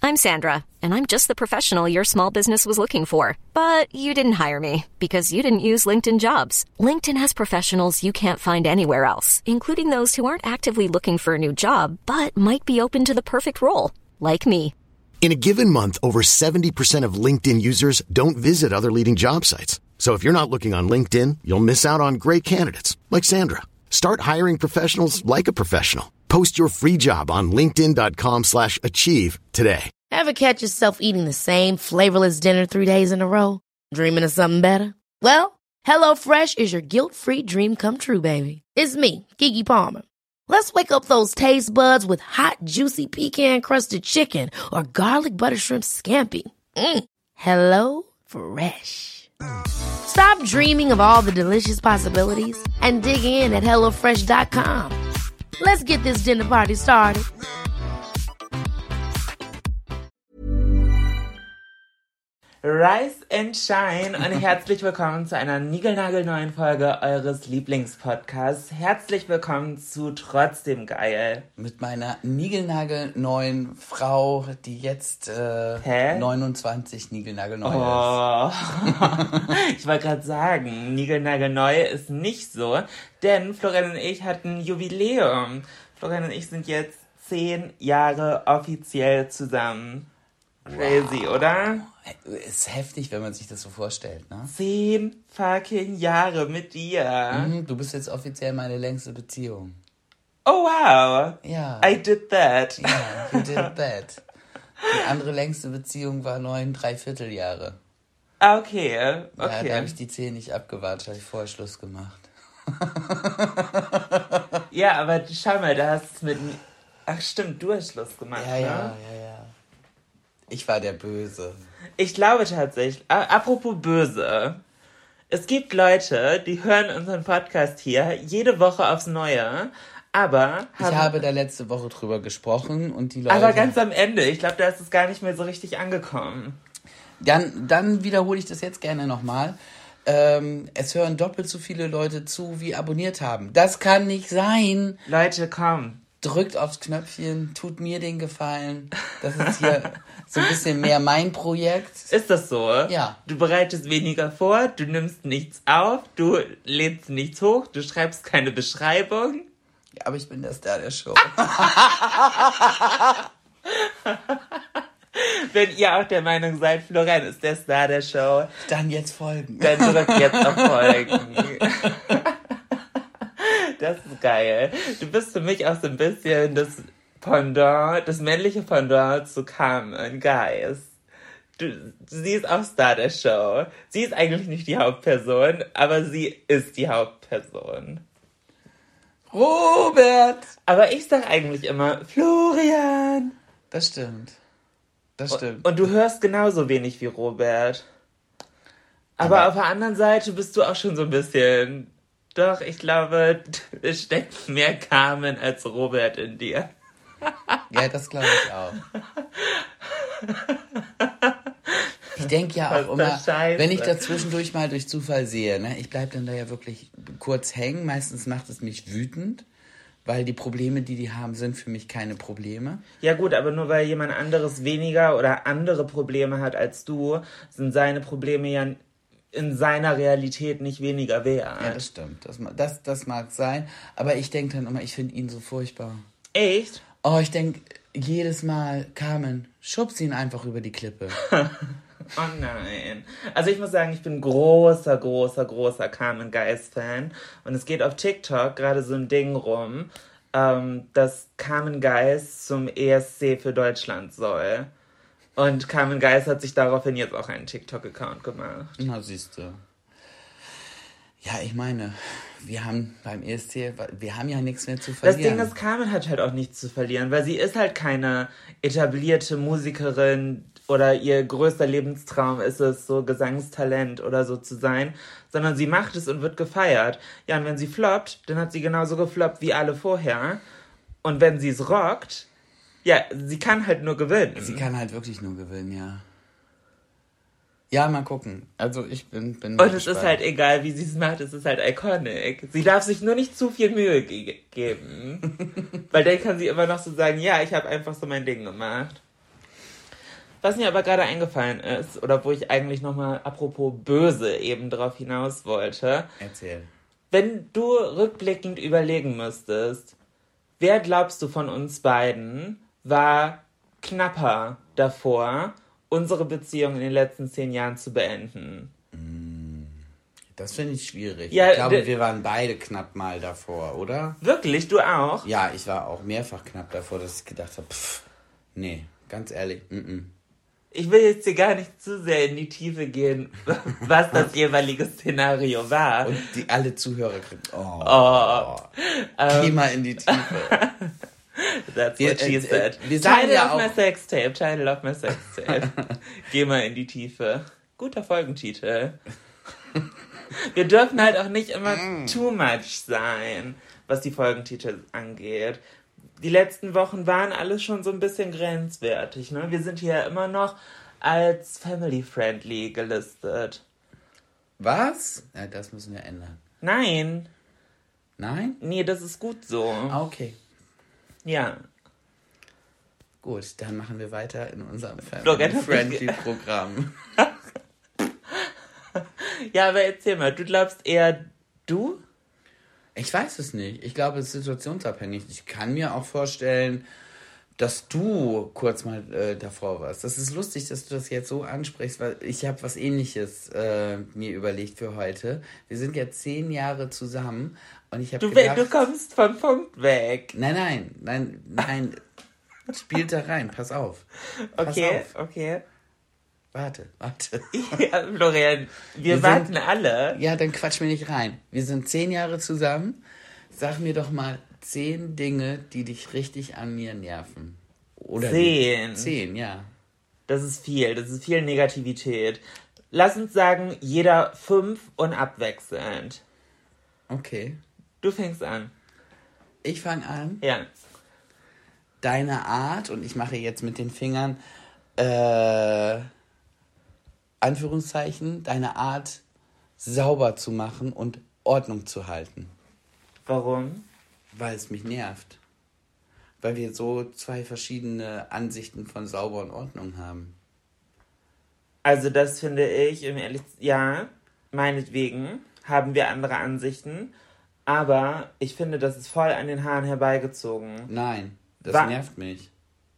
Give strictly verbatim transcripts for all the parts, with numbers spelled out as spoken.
I'm Sandra, and I'm just the professional your small business was looking for. But you didn't hire me because you didn't use LinkedIn Jobs. LinkedIn has professionals you can't find anywhere else, including those who aren't actively looking for a new job, but might be open to the perfect role, like me. In a given month, over seventy percent of LinkedIn users don't visit other leading job sites. So if you're not looking on LinkedIn, you'll miss out on great candidates like Sandra. Start hiring professionals like a professional. Post your free job on linkedin.com slash achieve today. Ever catch yourself eating the same flavorless dinner three days in a row? Dreaming of something better? Well, HelloFresh is your guilt-free dream come true, baby. It's me, Keke Palmer. Let's wake up those taste buds with hot, juicy pecan-crusted chicken or garlic butter shrimp scampi. Mm. Hello Fresh. Stop dreaming of all the delicious possibilities and dig in at hello fresh dot com. Let's get this dinner party started. Rise and Shine und herzlich willkommen zu einer niegelnagelneuen Folge eures Lieblingspodcasts. Herzlich willkommen zu Trotzdem Geil. Mit meiner niegelnagelneuen Frau, die jetzt äh, Hä? neunundzwanzig niegelnagelneu oh. ist. Ich wollte gerade sagen, niegelnagelneu ist nicht so, denn Florian und ich hatten Jubiläum. Florian und ich sind jetzt zehn Jahre offiziell zusammen. Crazy, wow. Oder? Ist heftig, wenn man sich das so vorstellt, ne? Zehn fucking Jahre mit dir. Mhm, du bist jetzt offiziell meine längste Beziehung. Oh, wow. Ja. I did that. Ja, you did that. Die andere längste Beziehung war neun Dreivierteljahre. Ah, okay. okay. Ja, da habe ich die zehn nicht abgewartet, habe ich vorher Schluss gemacht. Ja, aber schau mal, da hast es mit... Ach stimmt, du hast Schluss gemacht, ja, ne? Ja, ja, ja. Ich war der Böse. Ich glaube tatsächlich, apropos böse, es gibt Leute, die hören unseren Podcast hier jede Woche aufs Neue, aber... Haben, ich habe da letzte Woche drüber gesprochen und die Leute... Aber ganz am Ende, ich glaube, da ist es gar nicht mehr so richtig angekommen. Dann, dann wiederhole ich das jetzt gerne nochmal. Ähm, es hören doppelt so viele Leute zu, wie abonniert haben. Das kann nicht sein. Leute, komm. Drückt aufs Knöpfchen, tut mir den Gefallen. Das ist hier so ein bisschen mehr mein Projekt. Ist das so? Ja. Du bereitest weniger vor, du nimmst nichts auf, du lädst nichts hoch, du schreibst keine Beschreibung. Ja, aber ich bin der Star der Show. Wenn ihr auch der Meinung seid, Florian ist der Star der Show, dann jetzt folgen. Dann drückt jetzt auf Folgen. Das ist geil. Du bist für mich auch so ein bisschen das Pendant, das männliche Pendant zu Carmen Geis. Du, sie ist auch Star der Show. Sie ist eigentlich nicht die Hauptperson, aber sie ist die Hauptperson. Robert! Aber ich sag eigentlich immer, Florian. Das stimmt. Das stimmt. Und, und du hörst genauso wenig wie Robert. Aber, aber auf der anderen Seite bist du auch schon so ein bisschen... Doch, ich glaube, es steckt mehr Carmen als Robert in dir. Ja, das glaube ich auch. Ich denke ja auch immer, wenn ich da zwischendurch mal durch Zufall sehe, ne, ich bleibe dann da ja wirklich kurz hängen. Meistens macht es mich wütend, weil die Probleme, die die haben, sind für mich keine Probleme. Ja gut, aber nur weil jemand anderes weniger oder andere Probleme hat als du, sind seine Probleme ja in seiner Realität nicht weniger wert. Ja, das stimmt. Das, das, das mag sein. Aber ich denke dann immer, ich finde ihn so furchtbar. Echt? Oh, ich denke jedes Mal, Carmen, schubst ihn einfach über die Klippe. Oh nein. Also ich muss sagen, ich bin großer, großer, großer Carmen Geis-Fan. Und es geht auf TikTok gerade so ein Ding rum, ähm, dass Carmen Geis zum E S C für Deutschland soll. Und Carmen Geis hat sich daraufhin jetzt auch einen TikTok-Account gemacht. Na, siehst du. Ja, ich meine, wir haben beim E S C, wir haben ja nichts mehr zu verlieren. Das Ding ist, Carmen hat halt auch nichts zu verlieren, weil sie ist halt keine etablierte Musikerin oder ihr größter Lebenstraum ist es, so Gesangstalent oder so zu sein, sondern sie macht es und wird gefeiert. Ja, und wenn sie floppt, dann hat sie genauso gefloppt wie alle vorher. Und wenn sie es rockt, ja, sie kann halt nur gewinnen. Sie kann halt wirklich nur gewinnen, ja. Ja, mal gucken. Also ich bin... bin Und es gespannt. ist halt egal, wie sie es macht, es ist halt iconic. Sie darf sich nur nicht zu viel Mühe ge- geben. Weil dann kann sie immer noch so sagen, ja, ich habe einfach so mein Ding gemacht. Was mir aber gerade eingefallen ist, oder wo ich eigentlich nochmal apropos böse eben drauf hinaus wollte. Erzähl. Wenn du rückblickend überlegen müsstest, wer glaubst du von uns beiden war knapper davor, unsere Beziehung in den letzten zehn Jahren zu beenden? Das finde ich schwierig. Ja, ich glaube, d- wir waren beide knapp mal davor, oder? Wirklich? Du auch? Ja, ich war auch mehrfach knapp davor, dass ich gedacht habe, pff, nee, ganz ehrlich, mm-mm. Ich will jetzt hier gar nicht zu sehr in die Tiefe gehen, was das jeweilige Szenario war. Und die alle Zuhörer kriegen, oh, Oh. geh Ähm. mal in die Tiefe. That's Wir- what she äh, said. äh, wir sagen Title ja of auch- my Sextape, Title of my Sextape. Geh mal in die Tiefe. Guter Folgentitel. Wir dürfen halt auch nicht immer too much sein, was die Folgentitel angeht. Die letzten Wochen waren alles schon so ein bisschen grenzwertig, ne? Wir sind hier immer noch als family-friendly gelistet. Was? Ja, das müssen wir ändern. Nein, Nein? nee, das ist gut so. Ah, okay. Ja. Gut, dann machen wir weiter in unserem Florian hat Family-Friendly-Programm. Ja, aber erzähl mal, du glaubst eher du? Ich weiß es nicht. Ich glaube, es ist situationsabhängig. Ich kann mir auch vorstellen, dass du kurz mal äh, davor warst. Das ist lustig, dass du das jetzt so ansprichst, weil ich habe was Ähnliches äh, mir überlegt für heute. Wir sind jetzt zehn Jahre zusammen und ich habe Du, gedacht... du kommst vom Punkt weg. Nein, nein, nein, nein. Spielt da rein, pass auf. Pass Okay, auf. okay. Warte, warte. Ja, Florian, wir, Wir warten sind- alle. Ja, dann quatsch mir nicht rein. Wir sind zehn Jahre zusammen. Sag mir doch mal zehn Dinge, die dich richtig an mir nerven. Oder Zehn? Die, zehn, ja. Das ist viel, das ist viel Negativität. Lass uns sagen, jeder fünf und abwechselnd. Okay. Du fängst an. Ich fange an. Ja. Deine Art, und ich mache jetzt mit den Fingern, äh, Anführungszeichen, deine Art sauber zu machen und Ordnung zu halten. Warum? Weil es mich nervt. Weil wir so zwei verschiedene Ansichten von sauber und Ordnung haben. Also das finde ich, im ehrlich, ja, meinetwegen haben wir andere Ansichten, aber ich finde, das ist voll an den Haaren herbeigezogen. Nein, das Wa- nervt mich.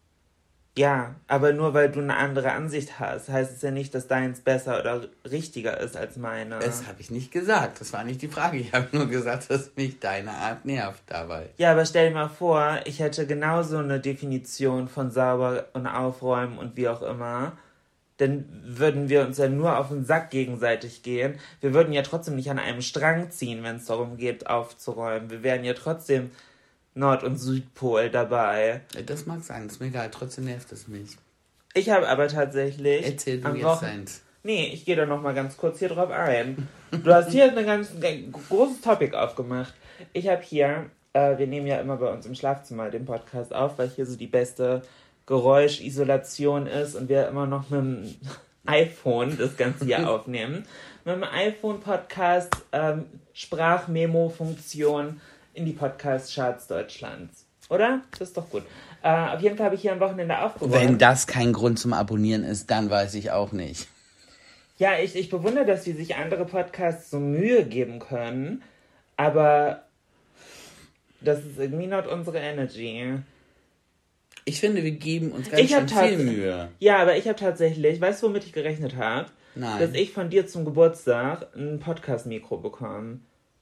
Ja, aber nur weil du eine andere Ansicht hast, heißt es ja nicht, dass deins besser oder richtiger ist als meine. Das habe ich nicht gesagt. Das war nicht die Frage. Ich habe nur gesagt, dass mich deine Art nervt dabei. Ja, aber stell dir mal vor, ich hätte genauso eine Definition von sauber und aufräumen und wie auch immer. Dann würden wir uns ja nur auf den Sack gegenseitig gehen. Wir würden ja trotzdem nicht an einem Strang ziehen, wenn es darum geht, aufzuräumen. Wir wären ja trotzdem Nord- und Südpol dabei. Das mag sein, ist mir egal. Trotzdem nervt es mich. Ich habe aber tatsächlich... Erzähl du am jetzt Wochen- eins. Nee, ich gehe da noch mal ganz kurz hier drauf ein. Du hast hier ein ganz ein großes Topic aufgemacht. Ich habe hier, äh, wir nehmen ja immer bei uns im Schlafzimmer den Podcast auf, weil hier so die beste Geräuschisolation ist und wir immer noch mit dem iPhone das Ganze hier aufnehmen. Mit dem iPhone-Podcast ähm, Sprachmemo-Funktion in die Podcast-Charts Deutschlands. Oder? Das ist doch gut. Äh, auf jeden Fall habe ich hier am Wochenende aufgeräumt. Wenn das kein Grund zum Abonnieren ist, dann weiß ich auch nicht. Ja, ich, ich bewundere, dass die sich andere Podcasts so Mühe geben können, aber das ist irgendwie not unsere Energy. Ich finde, wir geben uns ganz Ich hab schön viel tats- Mühe. Ja, aber ich habe tatsächlich, weißt du, womit ich gerechnet habe? Nein. Dass ich von dir zum Geburtstag ein Podcast-Mikro bekomme.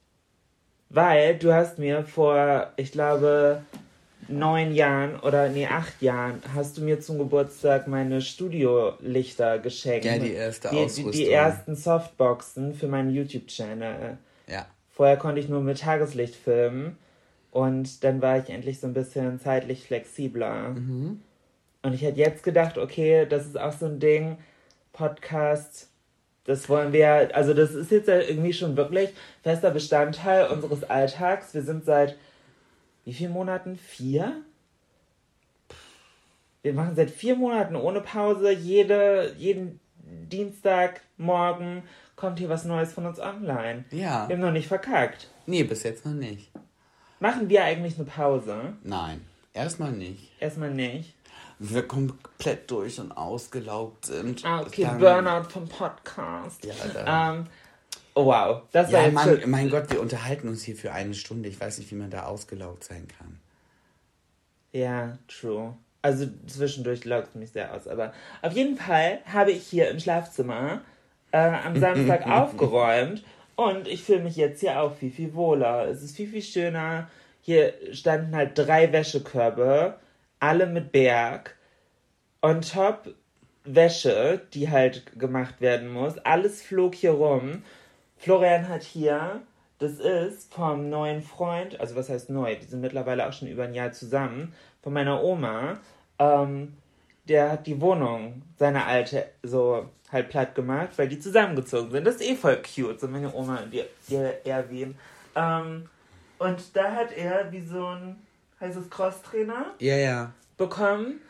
Weil du hast mir vor, ich glaube, neun Jahren oder nee, acht Jahren hast du mir zum Geburtstag meine Studiolichter geschenkt. Ja, die erste die, Ausrüstung. Die, die ersten Softboxen für meinen YouTube-Channel. Ja. Vorher konnte ich nur mit Tageslicht filmen und dann war ich endlich so ein bisschen zeitlich flexibler. Mhm. Und ich hätte jetzt gedacht, okay, das ist auch so ein Ding, Podcast, das wollen wir, also das ist jetzt ja irgendwie schon wirklich fester Bestandteil unseres Alltags. Wir sind seit wie vielen Monaten? Vier? Wir machen seit vier Monaten ohne Pause, jede, jeden Dienstagmorgen kommt hier was Neues von uns online. Ja. Wir haben noch nicht verkackt. Nee, bis jetzt noch nicht. Machen wir eigentlich eine Pause? Nein, erstmal nicht. Erstmal nicht. wir komplett durch und ausgelaugt sind. Ah, okay, dann, Burnout vom Podcast. Ja, dann. Ähm, oh, wow. Das ja, war jetzt Mann, schon... mein Gott, wir unterhalten uns hier für eine Stunde. Ich weiß nicht, wie man da ausgelaugt sein kann. Ja, true. Also zwischendurch laugt es mich sehr aus. Aber auf jeden Fall habe ich hier im Schlafzimmer äh, am Samstag aufgeräumt. Und ich fühle mich jetzt hier auch viel, viel wohler. Es ist viel, viel schöner. Hier standen halt drei Wäschekörbe, alle mit Berg. On top Wäsche, die halt gemacht werden muss. Alles flog hier rum. Florian hat hier, das ist vom neuen Freund, also was heißt neu, die sind mittlerweile auch schon über ein Jahr zusammen, von meiner Oma. Ähm, der hat die Wohnung, seine alte, so halt platt gemacht, weil die zusammengezogen sind. Das ist eh voll cute, so meine Oma und die, die Erwin. Ähm, und da hat er wie so ein, heißt es Crosstrainer? Ja, ja. Bekommen.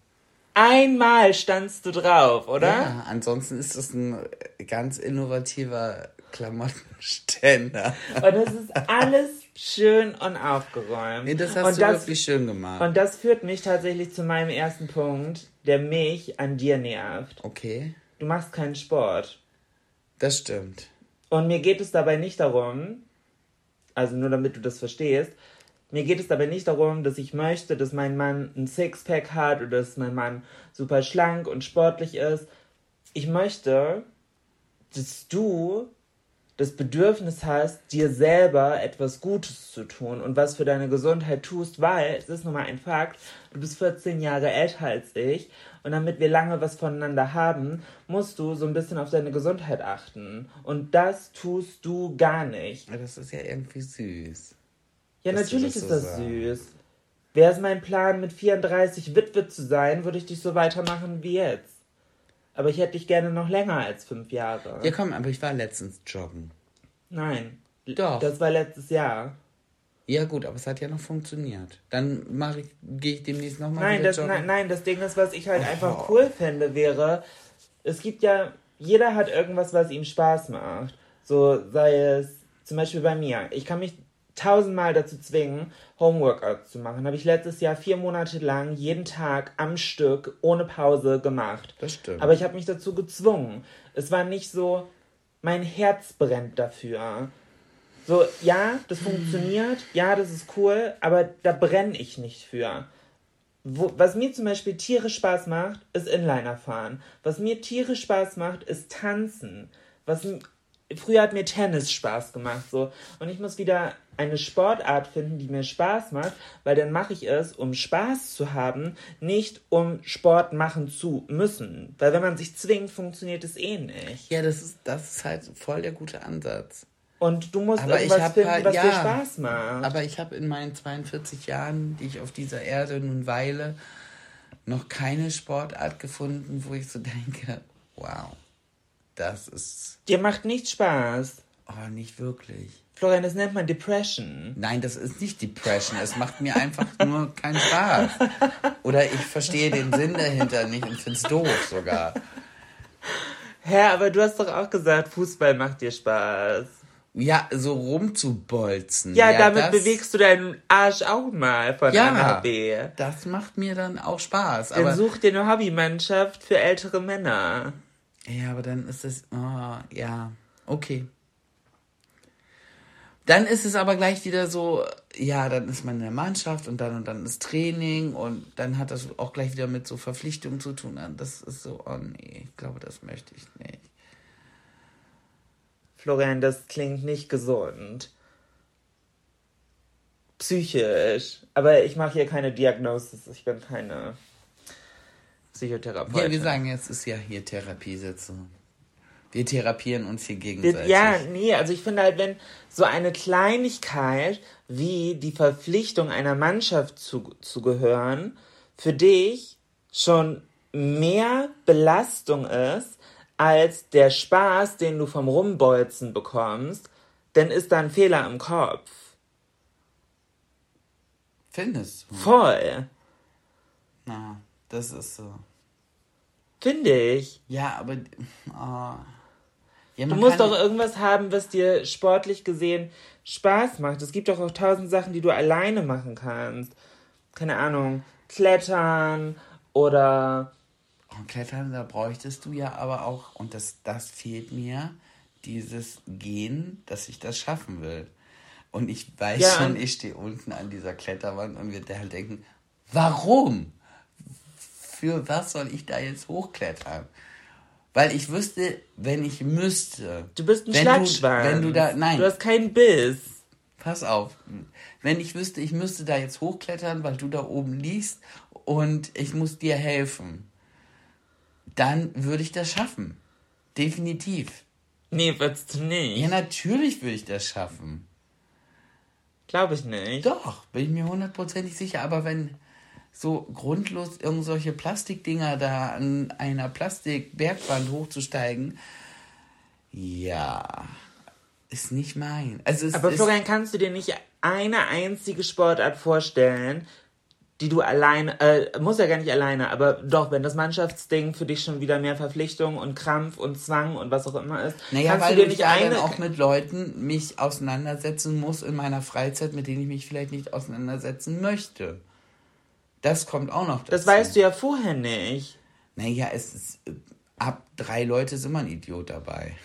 Einmal standst du drauf, oder? Ja, ansonsten ist das ein ganz innovativer Klamottenständer. Und das ist alles schön und aufgeräumt. Nee, das hast und du das, wirklich schön gemacht. Und das führt mich tatsächlich zu meinem ersten Punkt, der mich an dir nervt. Okay. Du machst keinen Sport. Das stimmt. Und mir geht es dabei nicht darum, also nur damit du das verstehst, mir geht es dabei nicht darum, dass ich möchte, dass mein Mann ein Sixpack hat oder dass mein Mann super schlank und sportlich ist. Ich möchte, dass du das Bedürfnis hast, dir selber etwas Gutes zu tun und was für deine Gesundheit tust, weil, es ist nun mal ein Fakt, du bist vierzehn Jahre älter als ich und damit wir lange was voneinander haben, musst du so ein bisschen auf deine Gesundheit achten. Und das tust du gar nicht. Das ist ja irgendwie süß. Ja, natürlich ist das süß. Wäre es mein Plan, mit vierunddreißig Witwe zu sein, würde ich dich so weitermachen wie jetzt. Aber ich hätte dich gerne noch länger als fünf Jahre. Ja, komm, aber ich war letztens joggen. Nein. Doch. Das war letztes Jahr. Ja gut, aber es hat ja noch funktioniert. Dann mache ich, gehe ich demnächst nochmal Nein, wieder das, joggen. nein, nein, das Ding ist, was ich halt Oh. einfach cool fände, wäre, es gibt ja, jeder hat irgendwas, was ihm Spaß macht. So sei es, zum Beispiel bei mir. Ich kann mich tausendmal dazu zwingen, Homeworkouts zu machen. Habe ich letztes Jahr vier Monate lang jeden Tag am Stück ohne Pause gemacht. Das stimmt. Aber ich habe mich dazu gezwungen. Es war nicht so, mein Herz brennt dafür. So, ja, das funktioniert, ja, das ist cool, aber da brenne ich nicht für. Wo, was mir zum Beispiel tierisch Spaß macht, ist Inliner fahren. Was mir tierisch Spaß macht, ist tanzen. Was Früher hat mir Tennis Spaß gemacht, so. Und ich muss wieder eine Sportart finden, die mir Spaß macht, weil dann mache ich es, um Spaß zu haben, nicht um Sport machen zu müssen. Weil wenn man sich zwingt, funktioniert es eh nicht. Ja, das ist, das ist halt voll der gute Ansatz. Und du musst aber irgendwas finden, halt, was ja, dir Spaß macht. Aber ich habe in meinen zweiundvierzig Jahren, die ich auf dieser Erde nun weile, noch keine Sportart gefunden, wo ich so denke, wow, das ist... Dir macht nicht Spaß. Oh, nicht wirklich. Florian, das nennt man Depression. Nein, das ist nicht Depression. Es macht mir einfach nur keinen Spaß. Oder ich verstehe den Sinn dahinter nicht und find's doof sogar. Hä, aber du hast doch auch gesagt, Fußball macht dir Spaß. Ja, so rumzubolzen. Ja, ja damit das, bewegst du deinen Arsch auch mal von ja, A nach B. Das macht mir dann auch Spaß. Dann aber, such dir eine Hobbymannschaft für ältere Männer. Ja, aber dann ist es... Oh, ja, okay. Dann ist es aber gleich wieder so, ja, dann ist man in der Mannschaft und dann und dann ist Training und dann hat das auch gleich wieder mit so Verpflichtungen zu tun. Das ist so, oh nee, ich glaube, das möchte ich nicht. Florian, das klingt nicht gesund. Psychisch. Aber ich mache hier keine Diagnosis. Ich bin keine Psychotherapeutin. Ja, wir sagen jetzt, ist ja hier Therapiesitzung. Wir therapieren uns hier gegenseitig. Ja, nee, also ich finde halt, wenn so eine Kleinigkeit wie die Verpflichtung einer Mannschaft zu, zu gehören, für dich schon mehr Belastung ist, als der Spaß, den du vom Rumbolzen bekommst, dann ist da ein Fehler im Kopf. Findest du? Voll. Na, das ist so. Finde ich. Ja, aber... Oh. Ja, du musst doch irgendwas haben, was dir sportlich gesehen Spaß macht. Es gibt doch auch tausend Sachen, die du alleine machen kannst. Keine Ahnung, klettern oder... Und Klettern, da bräuchtest du ja aber auch, und das, das fehlt mir, dieses Gehen, dass ich das schaffen will. Und ich weiß ja. schon, ich stehe unten an dieser Kletterwand und werde halt denken, warum? Für was soll ich da jetzt hochklettern? Weil ich wüsste, wenn ich müsste... Du bist ein wenn Schlagschwanz. Du, wenn du da... Nein. Du hast keinen Biss. Pass auf. Wenn ich wüsste, ich müsste da jetzt hochklettern, weil du da oben liegst und ich muss dir helfen, dann würde ich das schaffen. Definitiv. Nee, würdest du nicht. Ja, natürlich würde ich das schaffen. Glaube ich nicht. Doch, bin ich mir hundertprozentig sicher. Aber wenn so grundlos irgend solche Plastikdinger da an einer Plastikbergwand hochzusteigen, ja, ist nicht mein. Also es aber ist, Florian, kannst du dir nicht eine einzige Sportart vorstellen, die du alleine, äh, muss ja gar nicht alleine, aber doch, wenn das Mannschaftsding für dich schon wieder mehr Verpflichtung und Krampf und Zwang und was auch immer ist, naja, kannst weil du dir ich nicht eine... dann auch mit Leuten mich auseinandersetzen muss in meiner Freizeit, mit denen ich mich vielleicht nicht auseinandersetzen möchte. Das kommt auch noch dazu. Das weißt du ja vorher nicht. Naja, es ist, ab drei Leute ist immer ein Idiot dabei.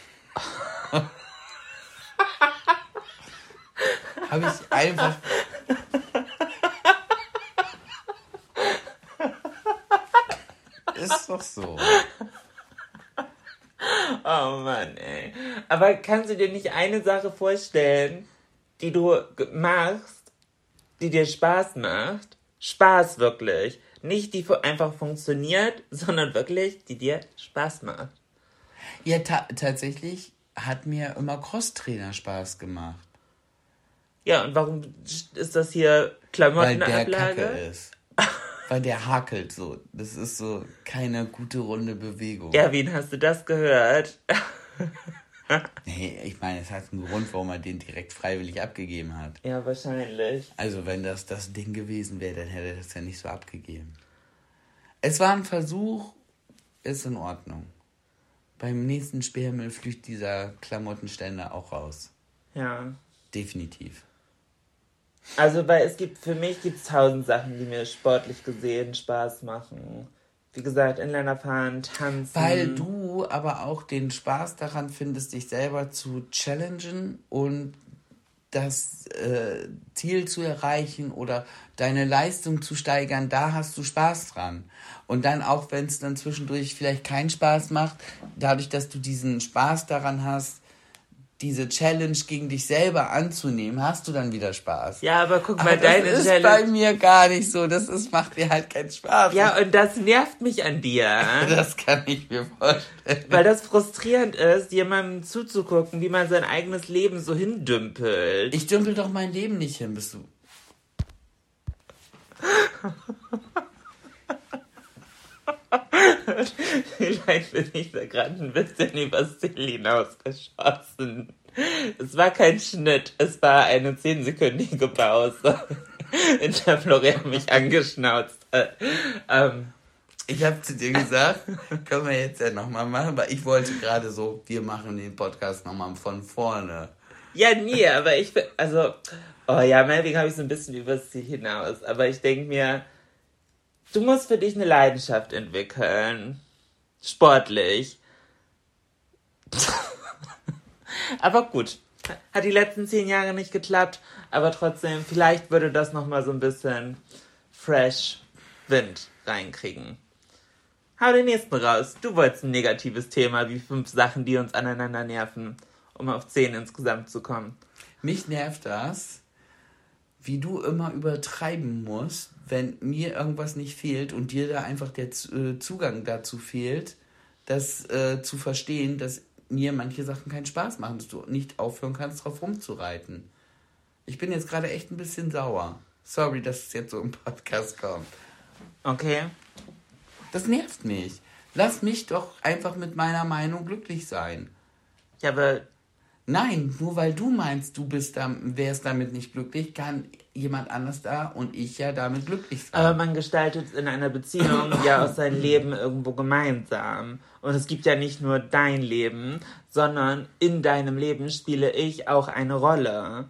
Habe ich einfach... Ist doch so. Oh Mann, ey. Aber kannst du dir nicht eine Sache vorstellen, die du machst, die dir Spaß macht? Spaß wirklich. Nicht die einfach funktioniert, sondern wirklich, die dir Spaß macht. Ja, ta- tatsächlich hat mir immer Crosstrainer Spaß gemacht. Ja, und warum ist das hier Klamottenablage? Weil der Kacke ist. Weil der hakelt so. Das ist so keine gute, runde Bewegung. Ja, wen hast du das gehört? Nee, ich meine, es hat einen Grund, warum er den direkt freiwillig abgegeben hat. Ja, wahrscheinlich. Also, wenn das das Ding gewesen wäre, dann hätte er das ja nicht so abgegeben. Es war ein Versuch, ist in Ordnung. Beim nächsten Sperrmüll flügt dieser Klamottenständer auch raus. Ja. Definitiv. Also, weil es gibt, für mich gibt es tausend Sachen, die mir sportlich gesehen Spaß machen. Wie gesagt, Inliner fahren, tanzen. Weil du aber auch den Spaß daran findest, dich selber zu challengen und das äh, Ziel zu erreichen oder deine Leistung zu steigern, da hast du Spaß dran. Und dann auch, wenn es dann zwischendurch vielleicht keinen Spaß macht, dadurch, dass du diesen Spaß daran hast, diese Challenge gegen dich selber anzunehmen, hast du dann wieder Spaß. Ja, aber guck aber mal, deine das ist Challenge... bei mir gar nicht so. Das ist, macht dir halt keinen Spaß. Ja, und das nervt mich an dir. Das kann ich mir vorstellen. Weil das frustrierend ist, jemandem zuzugucken, wie man sein eigenes Leben so hindümpelt. Ich dümpel doch mein Leben nicht hin, bist du... Vielleicht bin ich da gerade ein bisschen übers Ziel hinausgeschossen. Es war kein Schnitt, es war eine zehnsekündige Pause, in der Florian mich angeschnauzt hat. Ähm, ich habe zu dir gesagt, können wir jetzt ja nochmal machen, weil ich wollte gerade so, wir machen den Podcast nochmal von vorne. Ja, nie, aber ich bin, also, oh ja, meinetwegen habe ich so ein bisschen übers Ziel hinaus, aber ich denke mir, du musst für dich eine Leidenschaft entwickeln. Sportlich. Aber gut. Hat die letzten zehn Jahre nicht geklappt. Aber trotzdem, vielleicht würde das nochmal so ein bisschen fresh Wind reinkriegen. Hau den nächsten raus. Du wolltest ein negatives Thema, wie fünf Sachen, die uns aneinander nerven, um auf zehn insgesamt zu kommen. Mich nervt das, wie du immer übertreiben musst, wenn mir irgendwas nicht fehlt und dir da einfach der äh, Zugang dazu fehlt, das äh, zu verstehen, dass mir manche Sachen keinen Spaß machen, dass du nicht aufhören kannst, drauf rumzureiten. Ich bin jetzt gerade echt ein bisschen sauer. Sorry, dass es jetzt so im Podcast kommt. Okay. Das nervt mich. Lass mich doch einfach mit meiner Meinung glücklich sein. Ja, aber... Nein, nur weil du meinst, du bist da, wärst damit nicht glücklich, kann jemand anders da und ich ja damit glücklich sein. Aber man gestaltet in einer Beziehung ja auch sein Leben irgendwo gemeinsam. Und es gibt ja nicht nur dein Leben, sondern in deinem Leben spiele ich auch eine Rolle.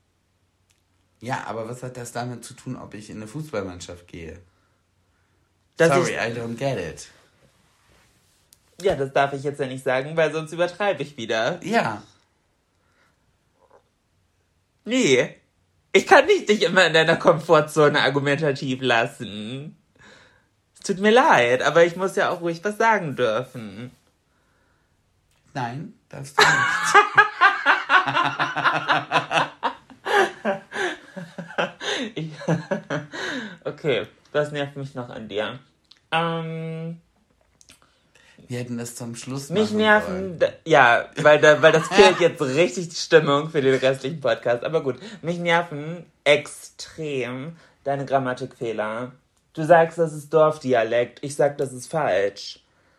Ja, aber was hat das damit zu tun, ob ich in eine Fußballmannschaft gehe? Sorry, ich, I don't get it. Ja, das darf ich jetzt ja nicht sagen, weil sonst übertreibe ich wieder. Ja. Nee. Ich kann nicht dich immer in deiner Komfortzone argumentativ lassen. Es tut mir leid, aber ich muss ja auch ruhig was sagen dürfen. Nein, darfst du nicht. ich, okay, was nervt mich noch an dir? Ähm... Wir hätten das zum Schluss Mich nerven, da, ja, weil, da, weil das fehlt jetzt richtig die Stimmung für den restlichen Podcast. Aber gut, mich nerven extrem deine Grammatikfehler. Du sagst, das ist Dorfdialekt. Ich sag, das ist falsch.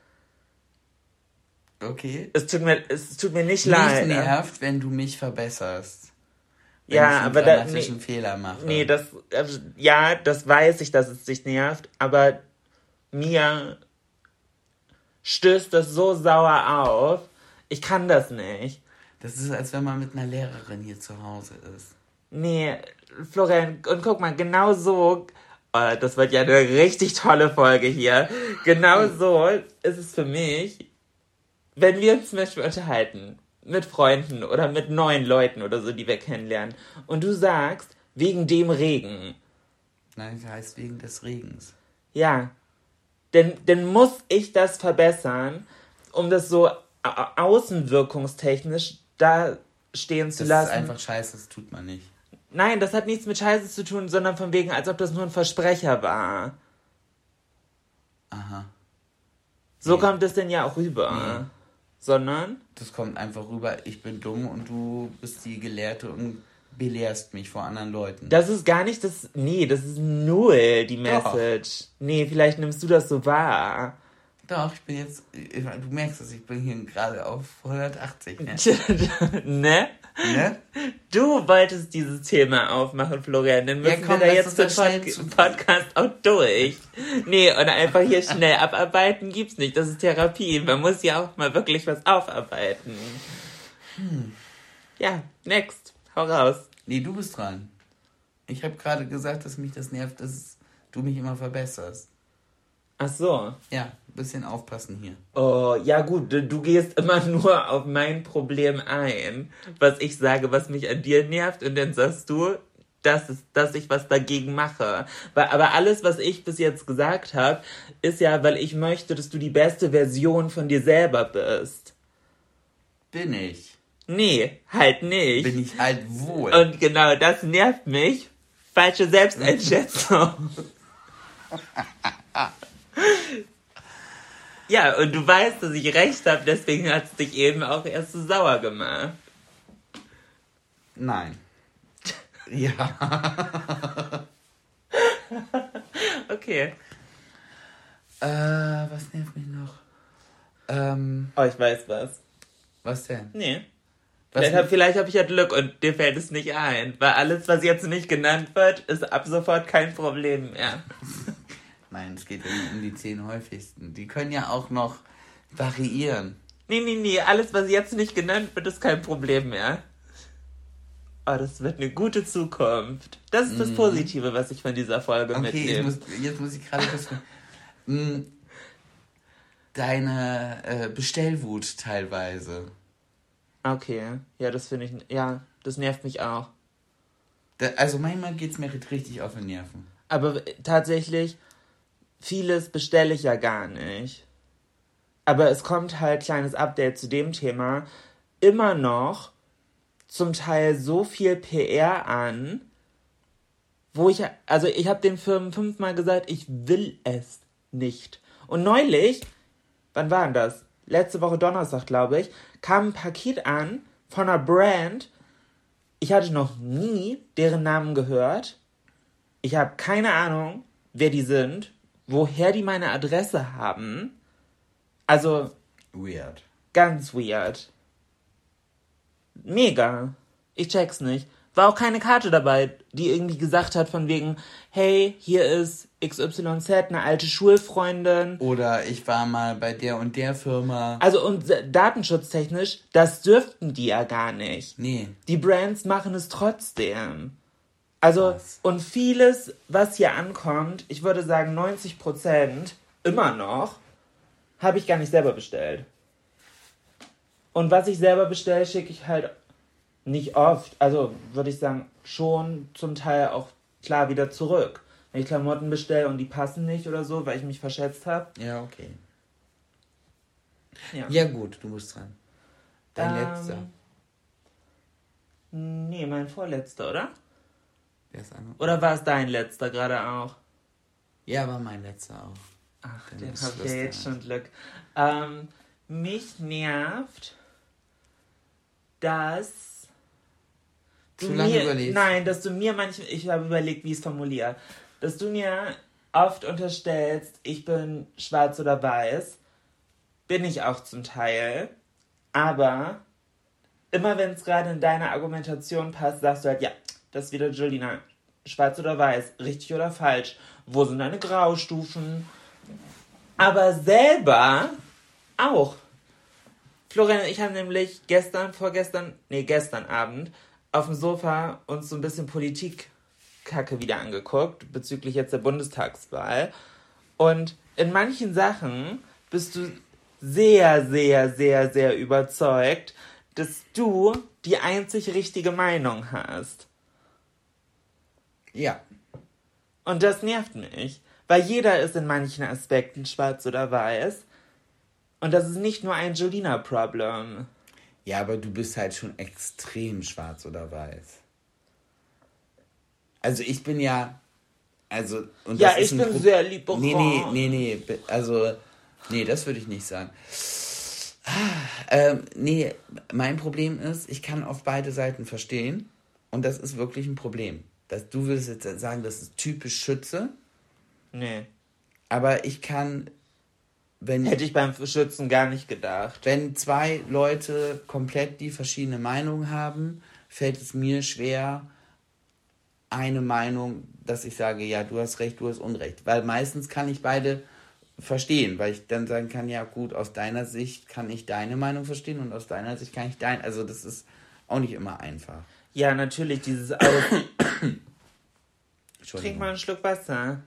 Okay. Es tut mir, es tut mir nicht mich leid. Mich nervt, wenn du mich verbesserst. Wenn ja, ich einen aber da, grammatischen nee, Fehler mache. Nee, das, ja, das weiß ich, dass es dich nervt, aber mir stößt das so sauer auf. Ich kann das nicht. Das ist, als wenn man mit einer Lehrerin hier zu Hause ist. Nee, Florian, und guck mal, genau so, oh, das wird ja eine richtig tolle Folge hier. Genau so ist es für mich, wenn wir uns zum Beispiel unterhalten, mit Freunden oder mit neuen Leuten oder so, die wir kennenlernen, und du sagst, wegen dem Regen. Nein, das heißt wegen des Regens. Ja. Denn, denn muss ich das verbessern, um das so au- außenwirkungstechnisch da stehen zu das lassen. Das ist einfach scheiße, das tut man nicht. Nein, das hat nichts mit Scheiße zu tun, sondern von wegen, als ob das nur ein Versprecher war. Aha. So nee. kommt es denn ja auch rüber. Nee. Sondern? Das kommt einfach rüber, ich bin dumm und du bist die Gelehrte und belehrst mich vor anderen Leuten. Das ist gar nicht das... Nee, das ist null, die Message. Doch. Nee, vielleicht nimmst du das so wahr. Doch, ich bin jetzt... Du merkst es, ich bin hier gerade auf hundertachtzig, ne? ne? Ne? Du wolltest dieses Thema aufmachen, Florian. Dann müssen ja, komm, wir da jetzt den Pod- Podcast auch durch. Nee, und einfach hier schnell abarbeiten gibt's nicht. Das ist Therapie. Man muss ja auch mal wirklich was aufarbeiten. Hm. Ja, next. Hau raus. Nee, du bist dran. Ich habe gerade gesagt, dass mich das nervt, dass du mich immer verbesserst. Ach so. Ja, ein bisschen aufpassen hier. Oh, ja gut, du, du gehst immer nur auf mein Problem ein, was ich sage, was mich an dir nervt, und dann sagst du, dass, es, dass ich was dagegen mache. Aber alles, was ich bis jetzt gesagt habe, ist ja, weil ich möchte, dass du die beste Version von dir selber bist. Bin ich. Nee, halt nicht. Bin ich halt wohl. Und genau, das nervt mich. Falsche Selbsteinschätzung. Ja, und du weißt, dass ich recht habe, deswegen hat es dich eben auch erst so sauer gemacht. Nein. Ja. Okay. Äh, was nervt mich noch? Ähm. Oh, ich weiß was. Was denn? Nee. Vielleicht habe vielleicht hab ich ja Glück und dir fällt es nicht ein. Weil alles, was jetzt nicht genannt wird, ist ab sofort kein Problem mehr. Nein, es geht um die zehn häufigsten. Die können ja auch noch variieren. Nee, nee, nee. Alles, was jetzt nicht genannt wird, ist kein Problem mehr. Oh, das wird eine gute Zukunft. Das ist das Positive, was ich von dieser Folge okay, mitnehme. Jetzt muss, jetzt muss ich gerade was... Deine äh, Bestellwut teilweise. Okay, ja, das finde ich... Ja, das nervt mich auch. Da, also manchmal geht es mir richtig auf den Nerven. Aber tatsächlich, vieles bestelle ich ja gar nicht. Aber es kommt halt, kleines Update zu dem Thema, immer noch zum Teil so viel P R an, wo ich, also ich habe den Firmen fünfmal gesagt, ich will es nicht. Und neulich, wann war denn das? Letzte Woche Donnerstag, glaube ich, kam ein Paket an von einer Brand. Ich hatte noch nie deren Namen gehört. Ich habe keine Ahnung, wer die sind, woher die meine Adresse haben. Also... Weird. Ganz weird. Mega. Ich check's nicht. War auch keine Karte dabei, die irgendwie gesagt hat von wegen, hey, hier ist X Y Z, eine alte Schulfreundin. Oder ich war mal bei der und der Firma. Also und datenschutztechnisch, das dürften die ja gar nicht. Nee. Die Brands machen es trotzdem. Also, krass. Und vieles, was hier ankommt, ich würde sagen neunzig Prozent, immer noch, habe ich gar nicht selber bestellt. Und was ich selber bestelle, schicke ich halt nicht oft. Also, würde ich sagen, schon zum Teil auch klar wieder zurück. Wenn ich Klamotten bestelle und die passen nicht oder so, weil ich mich verschätzt habe. Ja, okay. Ja. ja, gut, du musst dran. Dein ähm, letzter. Nee, mein vorletzter, oder? Wer ist andere? Oder war es dein letzter gerade auch? Ja, war mein letzter auch. Ach, den hab ich jetzt schon Glück. Ähm, mich nervt, dass du Zu lange mir, überlegst. Nein, dass du mir manchmal, ich habe überlegt, wie ich es formuliere, dass du mir oft unterstellst, ich bin schwarz oder weiß. Bin ich auch zum Teil. Aber immer wenn es gerade in deine Argumentation passt, sagst du halt, ja, das ist wieder Julina. Schwarz oder weiß, richtig oder falsch. Wo sind deine Graustufen? Aber selber auch. Florian und ich haben nämlich gestern, vorgestern, nee, gestern Abend auf dem Sofa uns so ein bisschen Politik-Kacke wieder angeguckt, bezüglich jetzt der Bundestagswahl. Und in manchen Sachen bist du sehr, sehr, sehr, sehr überzeugt, dass du die einzig richtige Meinung hast. Ja. Und das nervt mich, weil jeder ist in manchen Aspekten schwarz oder weiß. Und das ist nicht nur ein Julina-Problem. Ja, aber du bist halt schon extrem schwarz oder weiß. Also ich bin ja... Also, und ja, das ich ist ein bin Pro- sehr liberal. Nee, nee, nee, nee. Also, nee, das würde ich nicht sagen. Ähm, nee, mein Problem ist, ich kann auf beide Seiten verstehen. Und das ist wirklich ein Problem. Das, du würdest jetzt sagen, das ist typisch Schütze. Nee. Aber ich kann... Wenn, Hätte ich beim Schützen gar nicht gedacht. Wenn zwei Leute komplett die verschiedene Meinung haben, fällt es mir schwer, eine Meinung, dass ich sage, ja, du hast recht, du hast Unrecht. Weil meistens kann ich beide verstehen, weil ich dann sagen kann, ja gut, aus deiner Sicht kann ich deine Meinung verstehen und aus deiner Sicht kann ich dein. Also das ist auch nicht immer einfach. Ja, natürlich, dieses Auto. Trink mal einen Schluck Wasser.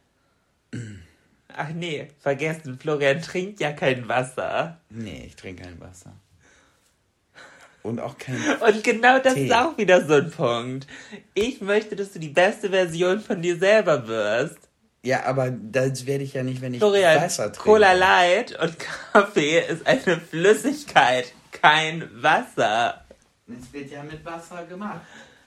Ach nee, vergessen, Florian trinkt ja kein Wasser. Nee, ich trinke kein Wasser. Und auch kein Und genau das Tee. Ist auch wieder so ein Punkt. Ich möchte, dass du die beste Version von dir selber wirst. Ja, aber das werde ich ja nicht, wenn ich Florian, Wasser trinke. Cola Light und Kaffee ist eine Flüssigkeit, kein Wasser. Es wird ja mit Wasser gemacht.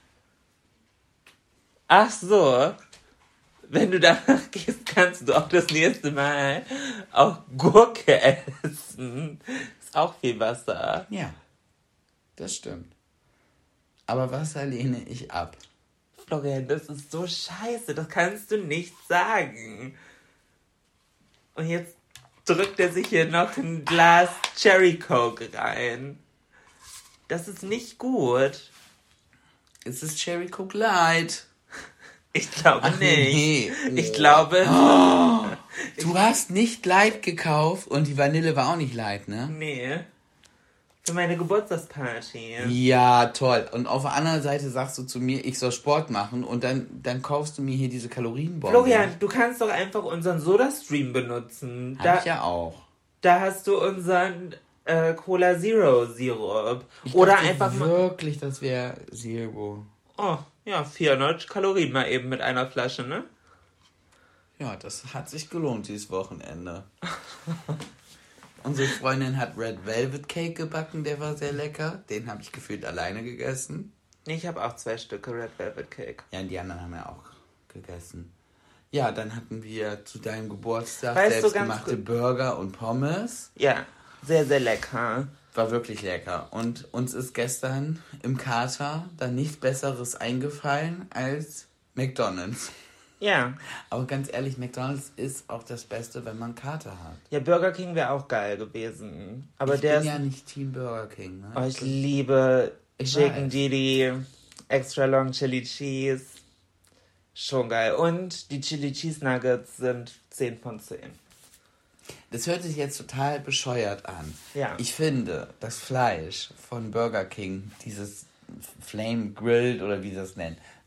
Ach so. Wenn du danach gehst, kannst du auch das nächste Mal auch Gurke essen. Ist auch viel Wasser. Ja, das stimmt. Aber Wasser lehne ich ab. Florian, das ist so scheiße. Das kannst du nicht sagen. Und jetzt drückt er sich hier noch ein Glas Cherry Coke rein. Das ist nicht gut. Es ist Cherry Coke Light. Ich glaube Ach, nicht. Nee, nee. Ich glaube... Oh, du hast nicht Light gekauft und die Vanille war auch nicht Light, ne? Nee. Für meine Geburtstagsparty. Ja, toll. Und auf der anderen Seite sagst du zu mir, ich soll Sport machen und dann, dann kaufst du mir hier diese Kalorienbombe. Florian, du kannst doch einfach unseren Soda-Stream benutzen. Hab da, ich ja auch. Da hast du unseren äh, Cola Zero Sirup. Ich Oder dachte einfach mal... wirklich, das wäre Zero. Oh, ja, vierhundert Kalorien mal eben mit einer Flasche, ne? Ja, das hat sich gelohnt dieses Wochenende. Unsere Freundin hat Red Velvet Cake gebacken, der war sehr lecker. Den habe ich gefühlt alleine gegessen. Ich habe auch zwei Stücke Red Velvet Cake. Ja, und die anderen haben wir auch gegessen. Ja, dann hatten wir zu deinem Geburtstag weißt selbstgemachte Burger und Pommes. Ja, sehr, sehr lecker. War wirklich lecker. Und uns ist gestern im Kater dann nichts Besseres eingefallen als McDonald's. Ja. Aber ganz ehrlich, McDonald's ist auch das Beste, wenn man Kater hat. Ja, Burger King wäre auch geil gewesen. Aber ich der bin ist... ja nicht Team Burger King. Ne? Oh, ich liebe ich Chicken Didi, Extra Long Chili Cheese. Schon geil. Und die Chili Cheese Nuggets sind zehn von zehn. Das hört sich jetzt total bescheuert an. Ja. Ich finde, das Fleisch von Burger King, dieses Flame Grilled oder wie sie das nennen,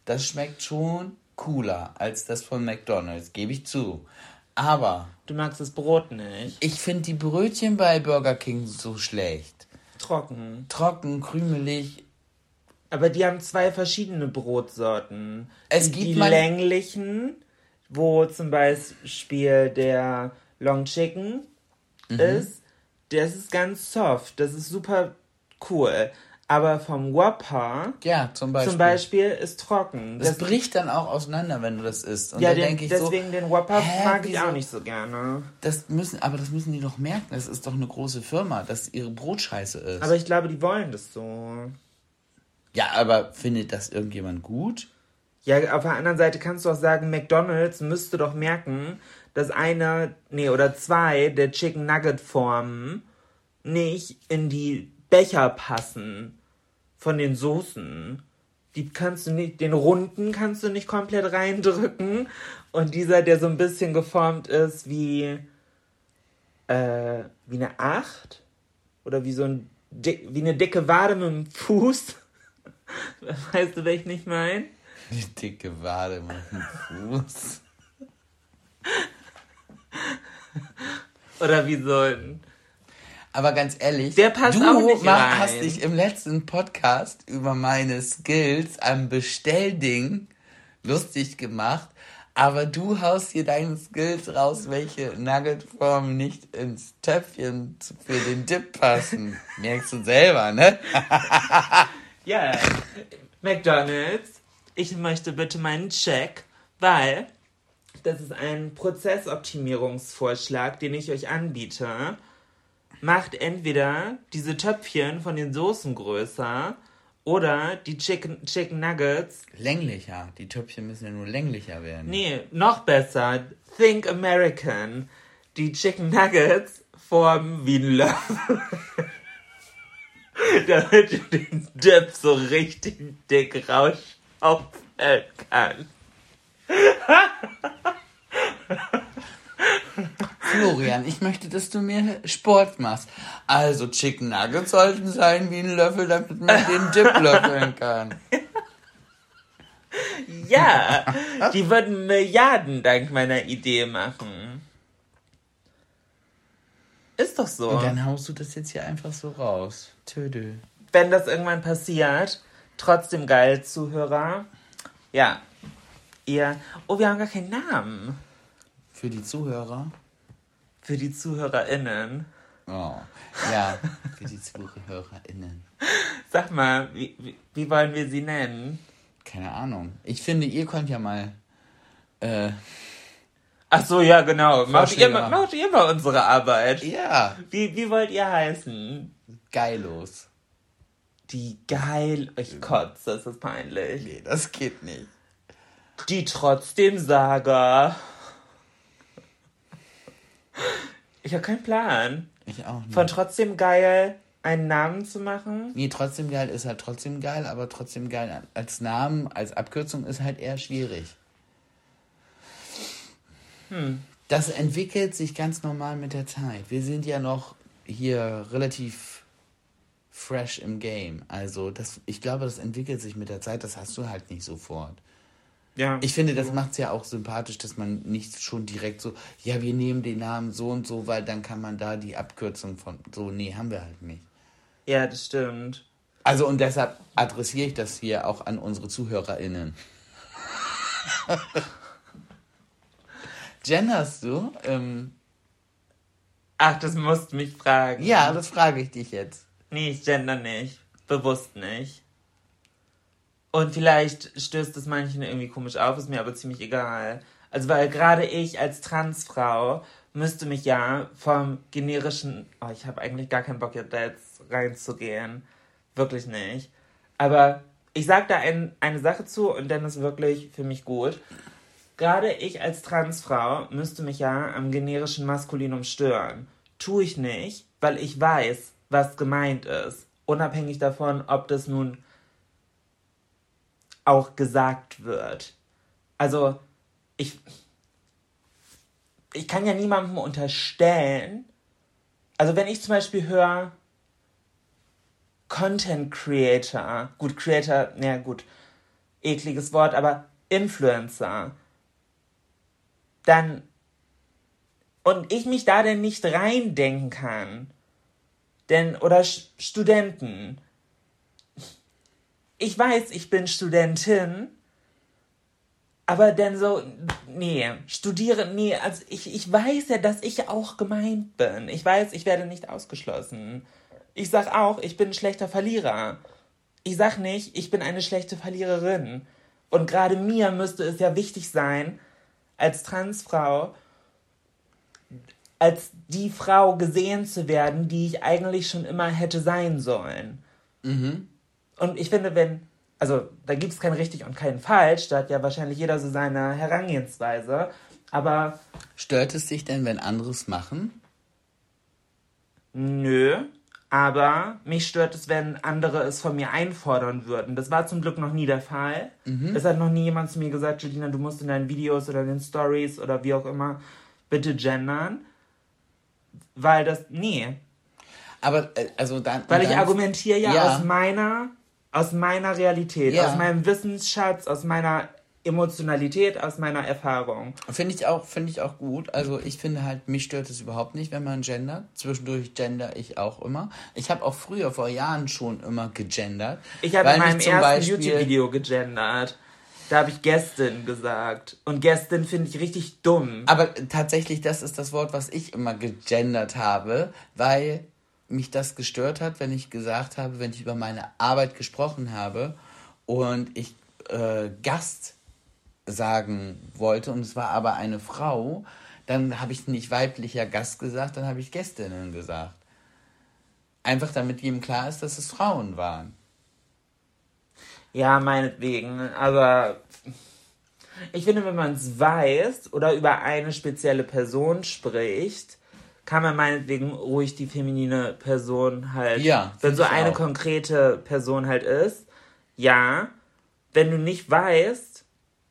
das schmeckt schon cooler als das von McDonald's, gebe ich zu. Aber... Du magst das Brot nicht. Ich finde die Brötchen bei Burger King so schlecht. Trocken. Trocken, krümelig. Aber die haben zwei verschiedene Brotsorten. Es die, gibt die man- länglichen, wo zum Beispiel der Long Chicken mhm. ist. Das ist ganz soft. Das ist super cool. Aber vom Whopper ja, zum Beispiel. zum Beispiel ist trocken. Das, das bricht dann auch auseinander, wenn du das isst. Und ja, da den, denke ich deswegen so, den Whopper hä, mag ich wieso? auch nicht so gerne. Das müssen, aber das müssen die doch merken. Das ist doch eine große Firma, dass ihre Brotscheiße ist. Aber ich glaube, die wollen das so. Ja, aber findet das irgendjemand gut? Ja, auf der anderen Seite kannst du auch sagen, McDonald's müsste doch merken, dass eine, nee, oder zwei der Chicken Nugget Formen nicht in die Becher passen von den Soßen. Die kannst du nicht, den runden kannst du nicht komplett reindrücken und dieser, der so ein bisschen geformt ist wie, äh, wie eine Acht oder wie so ein, wie eine dicke Wade mit dem Fuß. Weißt du, wer ich nicht meine? Die dicke Wade mit dem Fuß. Oder wie so ein... Aber ganz ehrlich, der passt du auch nicht rein. hast dich im letzten Podcast über meine Skills am Bestellding lustig gemacht, aber du haust hier deine Skills raus, welche Nuggetformen nicht ins Töpfchen für den Dip passen. Merkst du selber, ne? Ja, McDonald's, ich möchte bitte meinen Check, weil das ist ein Prozessoptimierungsvorschlag, den ich euch anbiete. Macht entweder diese Töpfchen von den Soßen größer oder die Chicken, Chicken Nuggets... Länglicher. Die Töpfchen müssen ja nur länglicher werden. Nee, noch besser. Think American. Die Chicken Nuggets formen wie ein Löffel. Damit du den Dip so richtig dick rausschaufeln kannst. Florian, ich möchte, dass du mir Sport machst. Also Chicken Nuggets sollten sein wie ein Löffel, damit man den Dip löffeln kann. Ja, die würden Milliarden dank meiner Idee machen. Ist doch so. Und dann haust du das jetzt hier einfach so raus. Tödö. Wenn das irgendwann passiert, trotzdem geil, Zuhörer. Ja, ihr... Oh, wir haben gar keinen Namen. Für die Zuhörer? Für die ZuhörerInnen. Oh, ja, für die ZuhörerInnen. Sag mal, wie, wie, wie wollen wir sie nennen? Keine Ahnung. Ich finde, ihr könnt ja mal... Äh, Ach so, ja, genau. Macht ihr, Vorschläge. macht ihr mal unsere Arbeit. ja, Wie, wie wollt ihr heißen? geilos. Die geil... Ich kotze, das ist peinlich. Nee, das geht nicht. Die trotzdem Saga. Ich habe keinen Plan. Ich auch nicht. Von trotzdem geil einen Namen zu machen. Nee, trotzdem geil ist halt trotzdem geil, aber trotzdem geil als Namen, als Abkürzung ist halt eher schwierig. Hm. Das entwickelt sich ganz normal mit der Zeit. Wir sind ja noch hier relativ fresh im Game. Also das, ich glaube, das entwickelt sich mit der Zeit. Das hast du halt nicht sofort. Ja. Ich finde, das macht es ja auch sympathisch, dass man nicht schon direkt so, ja, wir nehmen den Namen so und so, weil dann kann man da die Abkürzung von, so, nee, haben wir halt nicht. Ja, das stimmt. Also und deshalb adressiere ich das hier auch an unsere ZuhörerInnen. Genderst du? Ähm, Ach, das musst du mich fragen. ja, das frage ich dich jetzt. Nee, ich gender nicht. Bewusst nicht. Und vielleicht stößt es manchen irgendwie komisch auf, ist mir aber ziemlich egal. Also, weil gerade ich als Transfrau müsste mich ja vom generischen... Oh, ich habe eigentlich gar keinen Bock, da jetzt reinzugehen. Wirklich nicht. Aber ich sag da ein, eine Sache zu und dann ist wirklich für mich gut. Gerade ich als Transfrau müsste mich ja am generischen Maskulinum stören. Tue ich nicht, weil ich weiß, was gemeint ist. Unabhängig davon, ob das nun auch gesagt wird. Also, ich, ich kann ja niemandem unterstellen, also wenn ich zum Beispiel höre, Content Creator, gut, Creator, naja gut, ekliges Wort, aber Influencer, dann, und ich mich da denn nicht reindenken kann, denn, oder Studenten, ich weiß, ich bin Studentin, aber dann so, nee, studieren, nee, also ich, ich weiß ja, dass ich auch gemeint bin. Ich weiß, ich werde nicht ausgeschlossen. Ich sag auch, ich bin ein schlechter Verlierer. Ich sag nicht, ich bin eine schlechte Verliererin. Und gerade mir müsste es ja wichtig sein, als Transfrau, als die Frau gesehen zu werden, die ich eigentlich schon immer hätte sein sollen. Mhm. Und ich finde, wenn, also da gibt es kein richtig und kein falsch, da hat ja wahrscheinlich jeder so seine Herangehensweise, aber... Stört es dich denn, wenn andere es machen? Nö, aber mich stört es, wenn andere es von mir einfordern würden. Das war zum Glück noch nie der Fall. Mhm. Es hat noch nie jemand zu mir gesagt, Julina, du musst in deinen Videos oder in den Stories oder wie auch immer bitte gendern. Weil das, nee. Aber, also dann... Weil ich dann, argumentiere ja, ja aus meiner, aus meiner Realität, ja. aus meinem Wissensschatz, aus meiner Emotionalität, aus meiner Erfahrung. Finde ich auch, finde ich auch gut. Also ich finde halt, mich stört es überhaupt nicht, wenn man gendert. Zwischendurch gender ich auch immer. Ich habe auch früher, vor Jahren schon immer gegendert. Ich habe in meinem ersten YouTube-Video gegendert. Da habe ich Gästin gesagt. Und Gästin finde ich richtig dumm. Aber tatsächlich, das ist das Wort, was ich immer gegendert habe, weil mich das gestört hat, wenn ich gesagt habe, wenn ich über meine Arbeit gesprochen habe und ich äh, Gast sagen wollte und es war aber eine Frau, dann habe ich nicht weiblicher Gast gesagt, dann habe ich Gästinnen gesagt. Einfach damit jedem klar ist, dass es Frauen waren. Ja, meinetwegen, aber ich finde, wenn man es weiß oder über eine spezielle Person spricht, kann man meinetwegen ruhig die feminine Person halt, ja, wenn so eine auch. konkrete Person halt ist, ja, wenn du nicht weißt,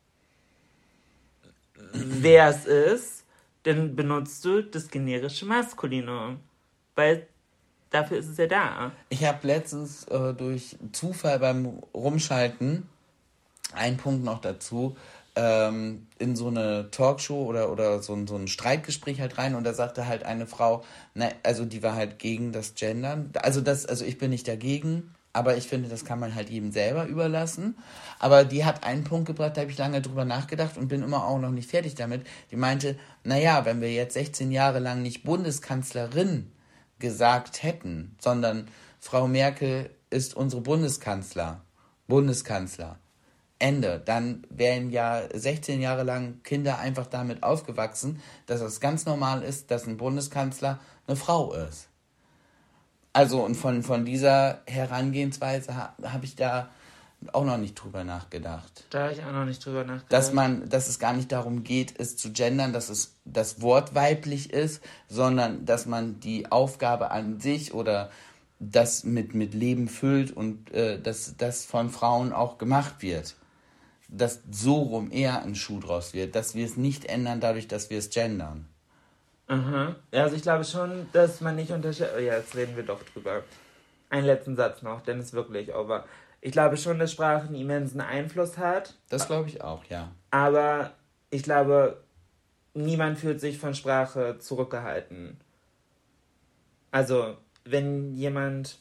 wer es ist, dann benutzt du das generische Maskulinum, weil dafür ist es ja da. Ich habe letztens äh, durch Zufall beim Rumschalten, einen Punkt noch dazu, ähm, in so eine Talkshow oder, oder so, ein, so ein Streitgespräch halt rein und da sagte halt eine Frau, na, also die war halt gegen das Gendern. Also, das, also ich bin nicht dagegen, aber ich finde, das kann man halt jedem selber überlassen. Aber die hat einen Punkt gebracht, da habe ich lange drüber nachgedacht und bin immer auch noch nicht fertig damit. Die meinte, naja, wenn wir jetzt sechzehn Jahre lang nicht Bundeskanzlerin gesagt hätten, sondern Frau Merkel ist unsere Bundeskanzler, Bundeskanzler, Ende. Dann wären ja sechzehn Jahre lang Kinder einfach damit aufgewachsen, dass es ganz normal ist, dass ein Bundeskanzler eine Frau ist. Also und von, von dieser Herangehensweise habe hab ich da auch noch nicht drüber nachgedacht. Da habe ich auch noch nicht drüber nachgedacht. Dass man, dass es gar nicht darum geht, es zu gendern, dass es das Wort weiblich ist, sondern dass man die Aufgabe an sich oder das mit, mit Leben füllt und äh, dass das von Frauen auch gemacht wird. Dass so rum eher ein Schuh draus wird, dass wir es nicht ändern dadurch, dass wir es gendern. Aha. Ja, also ich glaube schon, dass man nicht unterscheidet. Oh ja, jetzt reden wir doch drüber. Einen letzten Satz noch, denn es ist wirklich over. Ich glaube schon, dass Sprache einen immensen Einfluss hat. Das glaube ich auch, ja. Aber ich glaube, niemand fühlt sich von Sprache zurückgehalten. Also, wenn jemand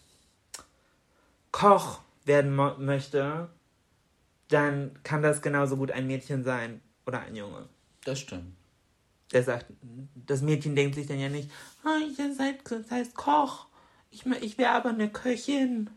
Koch werden mo- möchte, dann kann das genauso gut ein Mädchen sein oder ein Junge. Das stimmt. Der sagt, das Mädchen denkt sich dann ja nicht, oh, ihr seid, das heißt Koch, ich, ich wäre aber eine Köchin.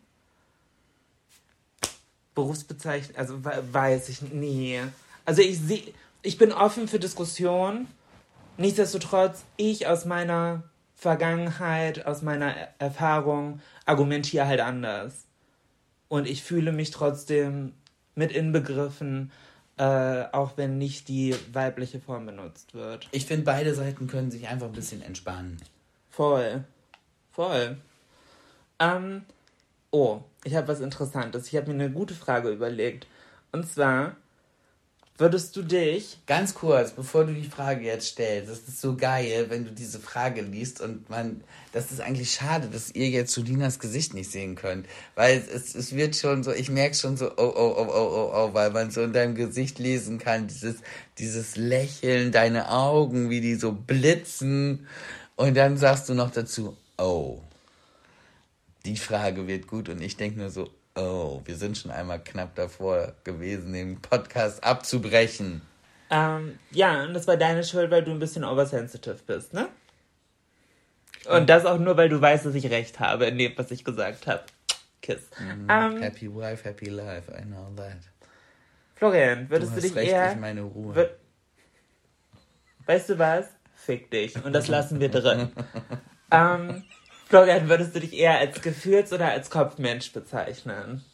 Berufsbezeichnung, also weiß ich, nee. Also ich sehe, ich bin offen für Diskussion. Nichtsdestotrotz, ich aus meiner Vergangenheit, aus meiner Erfahrung argumentiere halt anders. Und ich fühle mich trotzdem mit inbegriffen, äh, auch wenn nicht die weibliche Form benutzt wird. Ich finde, beide Seiten können sich einfach ein bisschen entspannen. Voll. Voll. Ähm, oh, ich habe was Interessantes. Ich habe mir eine gute Frage überlegt. Und zwar, Würdest du dich... Ganz kurz, bevor du die Frage jetzt stellst, das ist so geil, wenn du diese Frage liest und man... Das ist eigentlich schade, dass ihr jetzt Julinas Gesicht nicht sehen könnt. Weil es, es wird schon so, ich merke schon so, oh, oh, oh, oh, oh, oh, weil man so in deinem Gesicht lesen kann, dieses, dieses Lächeln, deine Augen, wie die so blitzen. Und dann sagst du noch dazu, oh, die Frage wird gut. Und ich denke nur so, oh, wir sind schon einmal knapp davor gewesen, den Podcast abzubrechen. Ähm, ja, und das war deine Schuld, weil du ein bisschen oversensitive bist, ne? Und das auch nur, weil du weißt, dass ich recht habe in dem, was ich gesagt habe. Kiss. Mm, um, happy wife, happy life, I know that. Florian, würdest du, du dich recht, eher... Ich meine Ruhe. Wür- weißt du was? Fick dich. Und das lassen wir drin. ähm, Florian, würdest du dich eher als Gefühls- oder als Kopfmensch bezeichnen?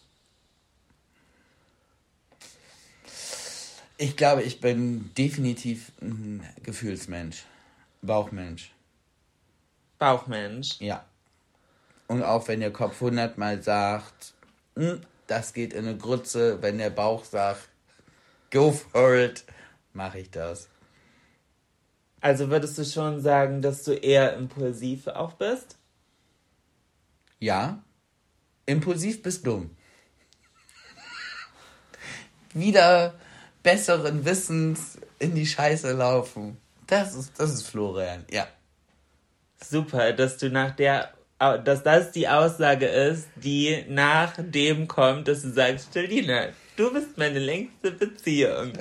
Ich glaube, ich bin definitiv ein Gefühlsmensch. Bauchmensch. Bauchmensch? Ja. Und auch wenn der Kopf hundertmal sagt, das geht in eine Grütze, wenn der Bauch sagt, go for it, mache ich das. Also würdest du schon sagen, dass du eher impulsiv auch bist? Ja. Impulsiv bis dumm. Wieder besseren Wissens in die Scheiße laufen. Das ist, das ist Florian, ja. Super, dass du nach der, dass das die Aussage ist, die nach dem kommt, dass du sagst, Julina, du bist meine längste Beziehung.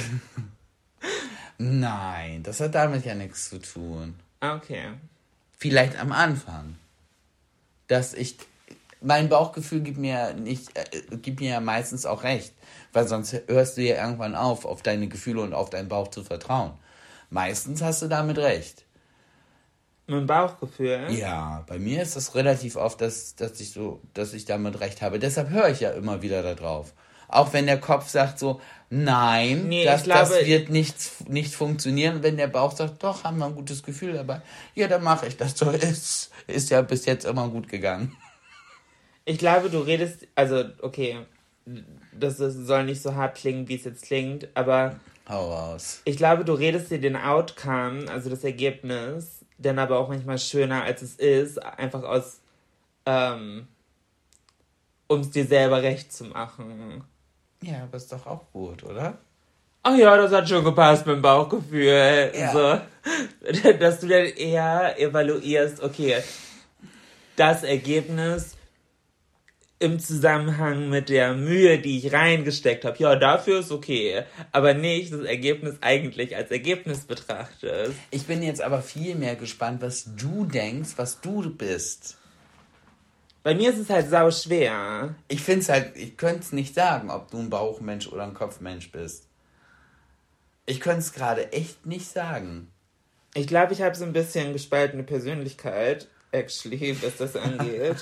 Nein, das hat damit ja nichts zu tun. Okay. Vielleicht am Anfang. Dass ich, mein Bauchgefühl gibt mir nicht, äh, gibt mir ja meistens auch recht. Weil sonst hörst du ja irgendwann auf, auf deine Gefühle und auf deinen Bauch zu vertrauen. Meistens hast du damit recht. Mit dem Bauchgefühl? Ja, bei mir ist das relativ oft, dass, dass ich so, dass ich damit recht habe. Deshalb höre ich ja immer wieder da drauf. Auch wenn der Kopf sagt so, nein, nee, das, glaube, das wird nicht, nicht funktionieren. Wenn der Bauch sagt, doch, haben wir ein gutes Gefühl dabei. Ja, dann mache ich das. So ist, ist ja bis jetzt immer gut gegangen. Ich glaube, du redest, also, okay, das soll nicht so hart klingen, wie es jetzt klingt, aber hau raus. Ich glaube, du redest dir den Outcome, also das Ergebnis, dann aber auch manchmal schöner, als es ist, einfach aus, ähm, um es dir selber recht zu machen. Ja, aber ist doch auch gut, oder? Ach ja, das hat schon gepasst mit dem Bauchgefühl. Ja. So, dass du dann eher evaluierst, okay, das Ergebnis im Zusammenhang mit der Mühe, die ich reingesteckt habe, ja, dafür ist okay, aber nicht das Ergebnis eigentlich als Ergebnis betrachtest. Ich bin jetzt aber viel mehr gespannt, was du denkst, was du bist. Bei mir ist es halt sau schwer. Ich finde es halt, ich könnte es nicht sagen, ob du ein Bauchmensch oder ein Kopfmensch bist. Ich könnte es gerade echt nicht sagen. Ich glaube, ich habe so ein bisschen gespaltene Persönlichkeit, actually, was das angeht.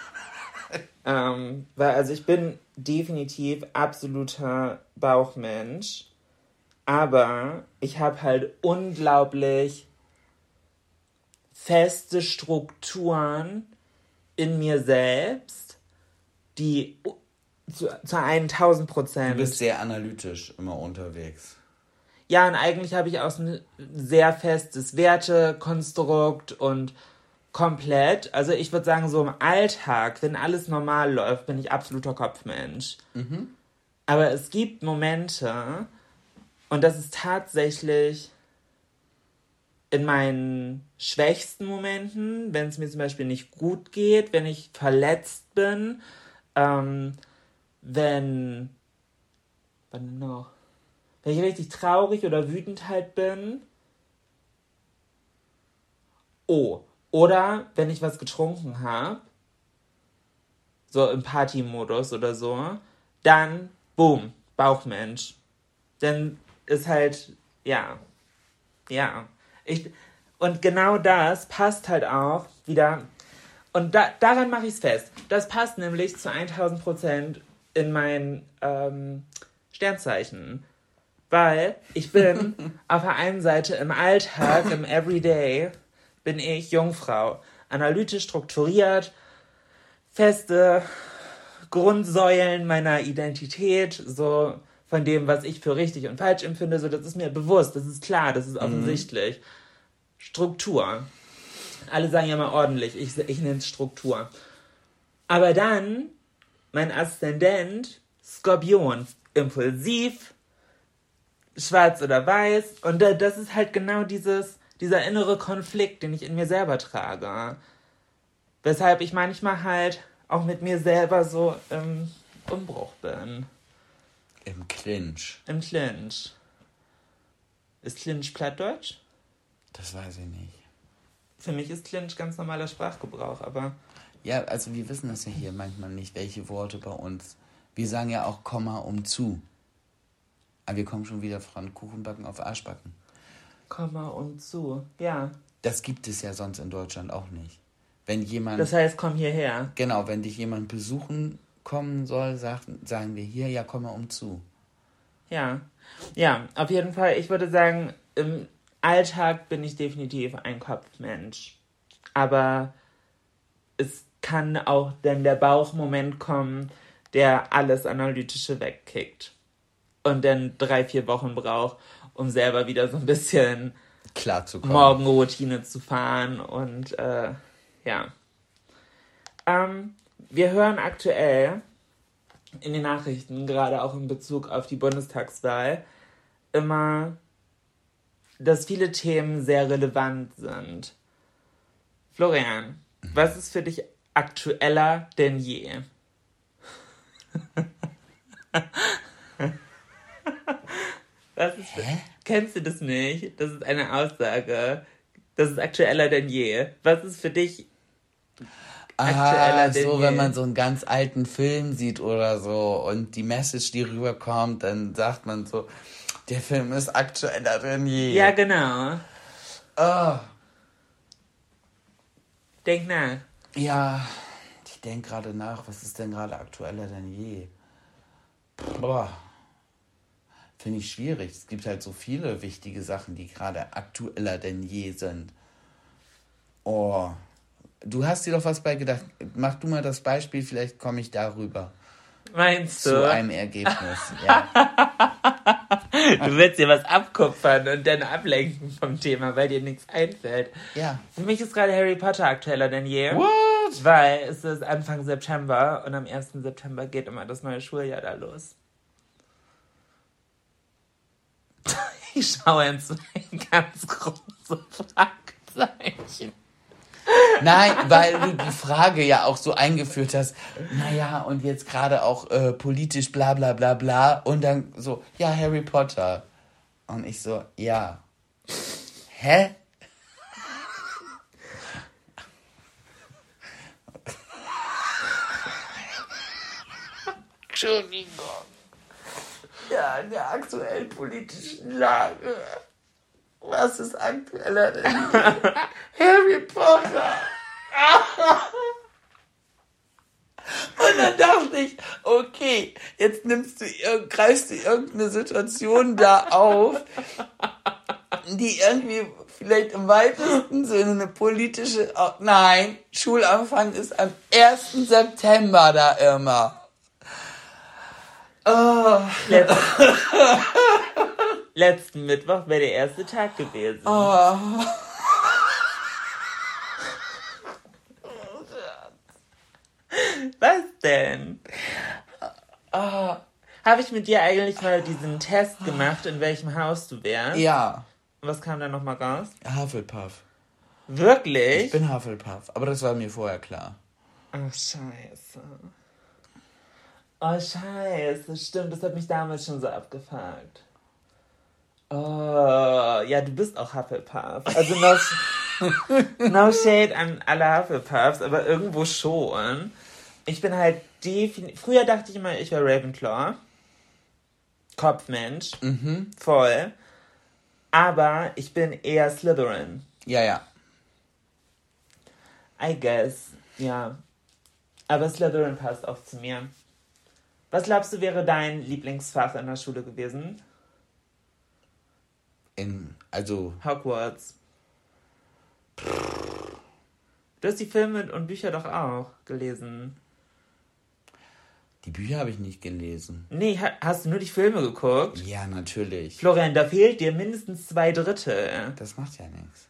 ähm, weil, also ich bin definitiv absoluter Bauchmensch, aber ich habe halt unglaublich feste Strukturen in mir selbst, die zu, zu tausend Prozent... Du bist sehr analytisch immer unterwegs. Ja, und eigentlich habe ich auch ein sehr festes Wertekonstrukt und komplett, also ich würde sagen, so im Alltag, wenn alles normal läuft, bin ich absoluter Kopfmensch. Mhm. Aber es gibt Momente, und das ist tatsächlich in meinen schwächsten Momenten, wenn es mir zum Beispiel nicht gut geht, wenn ich verletzt bin, ähm, wenn, wann noch, wenn ich richtig traurig oder wütend halt bin, oh, oder wenn ich was getrunken habe, so im Party-Modus oder so, dann, boom, Bauchmensch. Dann ist halt, ja, ja. Ich, und genau das passt halt auch wieder, und da, daran mache ich es fest. Das passt nämlich zu tausend Prozent in mein ähm, Sternzeichen. Weil ich bin auf der einen Seite im Alltag, im Everyday, bin ich Jungfrau. Analytisch strukturiert, feste Grundsäulen meiner Identität, so von dem, was ich für richtig und falsch empfinde, so, das ist mir bewusst, das ist klar, das ist offensichtlich. Mhm. Struktur. Alle sagen ja mal ordentlich, ich, ich nenne es Struktur. Aber dann, mein Aszendent, Skorpion, impulsiv, schwarz oder weiß, und das ist halt genau dieses, dieser innere Konflikt, den ich in mir selber trage. Weshalb ich manchmal halt auch mit mir selber so im Umbruch bin. Im Clinch. Im Clinch. Ist Clinch Plattdeutsch? Das weiß ich nicht. Für mich ist Clinch ganz normaler Sprachgebrauch, aber... Ja, also wir wissen das ja hier manchmal nicht, welche Worte bei uns... Wir sagen ja auch Komma um zu. Aber wir kommen schon wieder von Kuchenbacken auf Arschbacken. Komma und zu, ja. Das gibt es ja sonst in Deutschland auch nicht. Wenn jemand... Das heißt, komm hierher. Genau, wenn dich jemand besuchen kommen soll, sagt, sagen wir hier, ja, komm mal um zu. Ja, ja, auf jeden Fall. Ich würde sagen, im Alltag bin ich definitiv ein Kopfmensch. Aber es kann auch dann der Bauchmoment kommen, der alles Analytische wegkickt. Und dann drei, vier Wochen braucht, um selber wieder so ein bisschen klar zu kommen. Morgenroutine zu fahren. Und äh, ja. Ähm, wir hören aktuell in den Nachrichten, gerade auch in Bezug auf die Bundestagswahl, immer, dass viele Themen sehr relevant sind. Florian, was ist für dich aktueller denn je? Was ist für, kennst du das nicht? Das ist eine Aussage. Das ist aktueller denn je. Was ist für dich aktueller ah, denn so, je? wenn man so einen ganz alten Film sieht oder so und die Message, die rüberkommt, dann sagt man so, der Film ist aktueller denn je. Ja, genau. Oh. Denk nach. Ja, ich denke gerade nach, was ist denn gerade aktueller denn je? Boah. Finde ich schwierig. Es gibt halt so viele wichtige Sachen, die gerade aktueller denn je sind. Oh. Du hast dir doch was bei gedacht. Mach du mal das Beispiel, vielleicht komme ich darüber. Meinst du? Zu einem Ergebnis, ja. Du willst dir was abkupfern und dann ablenken vom Thema, weil dir nichts einfällt. Ja. Für mich ist gerade Harry Potter aktueller denn je. What? Weil es ist Anfang September und am ersten September geht immer das neue Schuljahr da los. Ich schaue ins ganz große Fragezeichen. Nein, weil du die Frage ja auch so eingeführt hast, naja, und jetzt gerade auch äh, politisch bla bla bla bla und dann so, ja, Harry Potter. Und ich so, ja. Hä? Entschuldigung. Ja, in der aktuellen politischen Lage. Was ist aktueller denn? Harry Potter. Und dann dachte ich, okay, jetzt nimmst du, greifst du irgendeine Situation da auf, die irgendwie vielleicht im weitesten Sinne eine politische... Oh, nein, Schulanfang ist am ersten September da immer. Oh. Letzten, letzten Mittwoch wäre der erste Tag gewesen. Oh. Was denn? Oh. Habe ich mit dir eigentlich mal diesen Test gemacht, in welchem Haus du wärst? Ja. Was kam da nochmal raus? Hufflepuff. Wirklich? Ich bin Hufflepuff, aber das war mir vorher klar. Oh, scheiße. Oh, scheiße, stimmt, das hat mich damals schon so abgefuckt. Oh, ja, du bist auch Hufflepuff. Also no, no shade an alle Hufflepuffs, aber irgendwo schon. Ich bin halt definitiv... Früher dachte ich immer, ich wäre Ravenclaw. Kopfmensch. Mhm. Voll. Aber ich bin eher Slytherin. Ja, ja. I guess, ja. Aber Slytherin passt auch zu mir. Was glaubst du, wäre dein Lieblingsfach in der Schule gewesen? In, also... Hogwarts. Du hast die Filme und Bücher doch auch gelesen. Die Bücher habe ich nicht gelesen. Nee, hast du nur die Filme geguckt? Ja, natürlich. Florian, da fehlt dir mindestens zwei Drittel. Das macht ja nichts.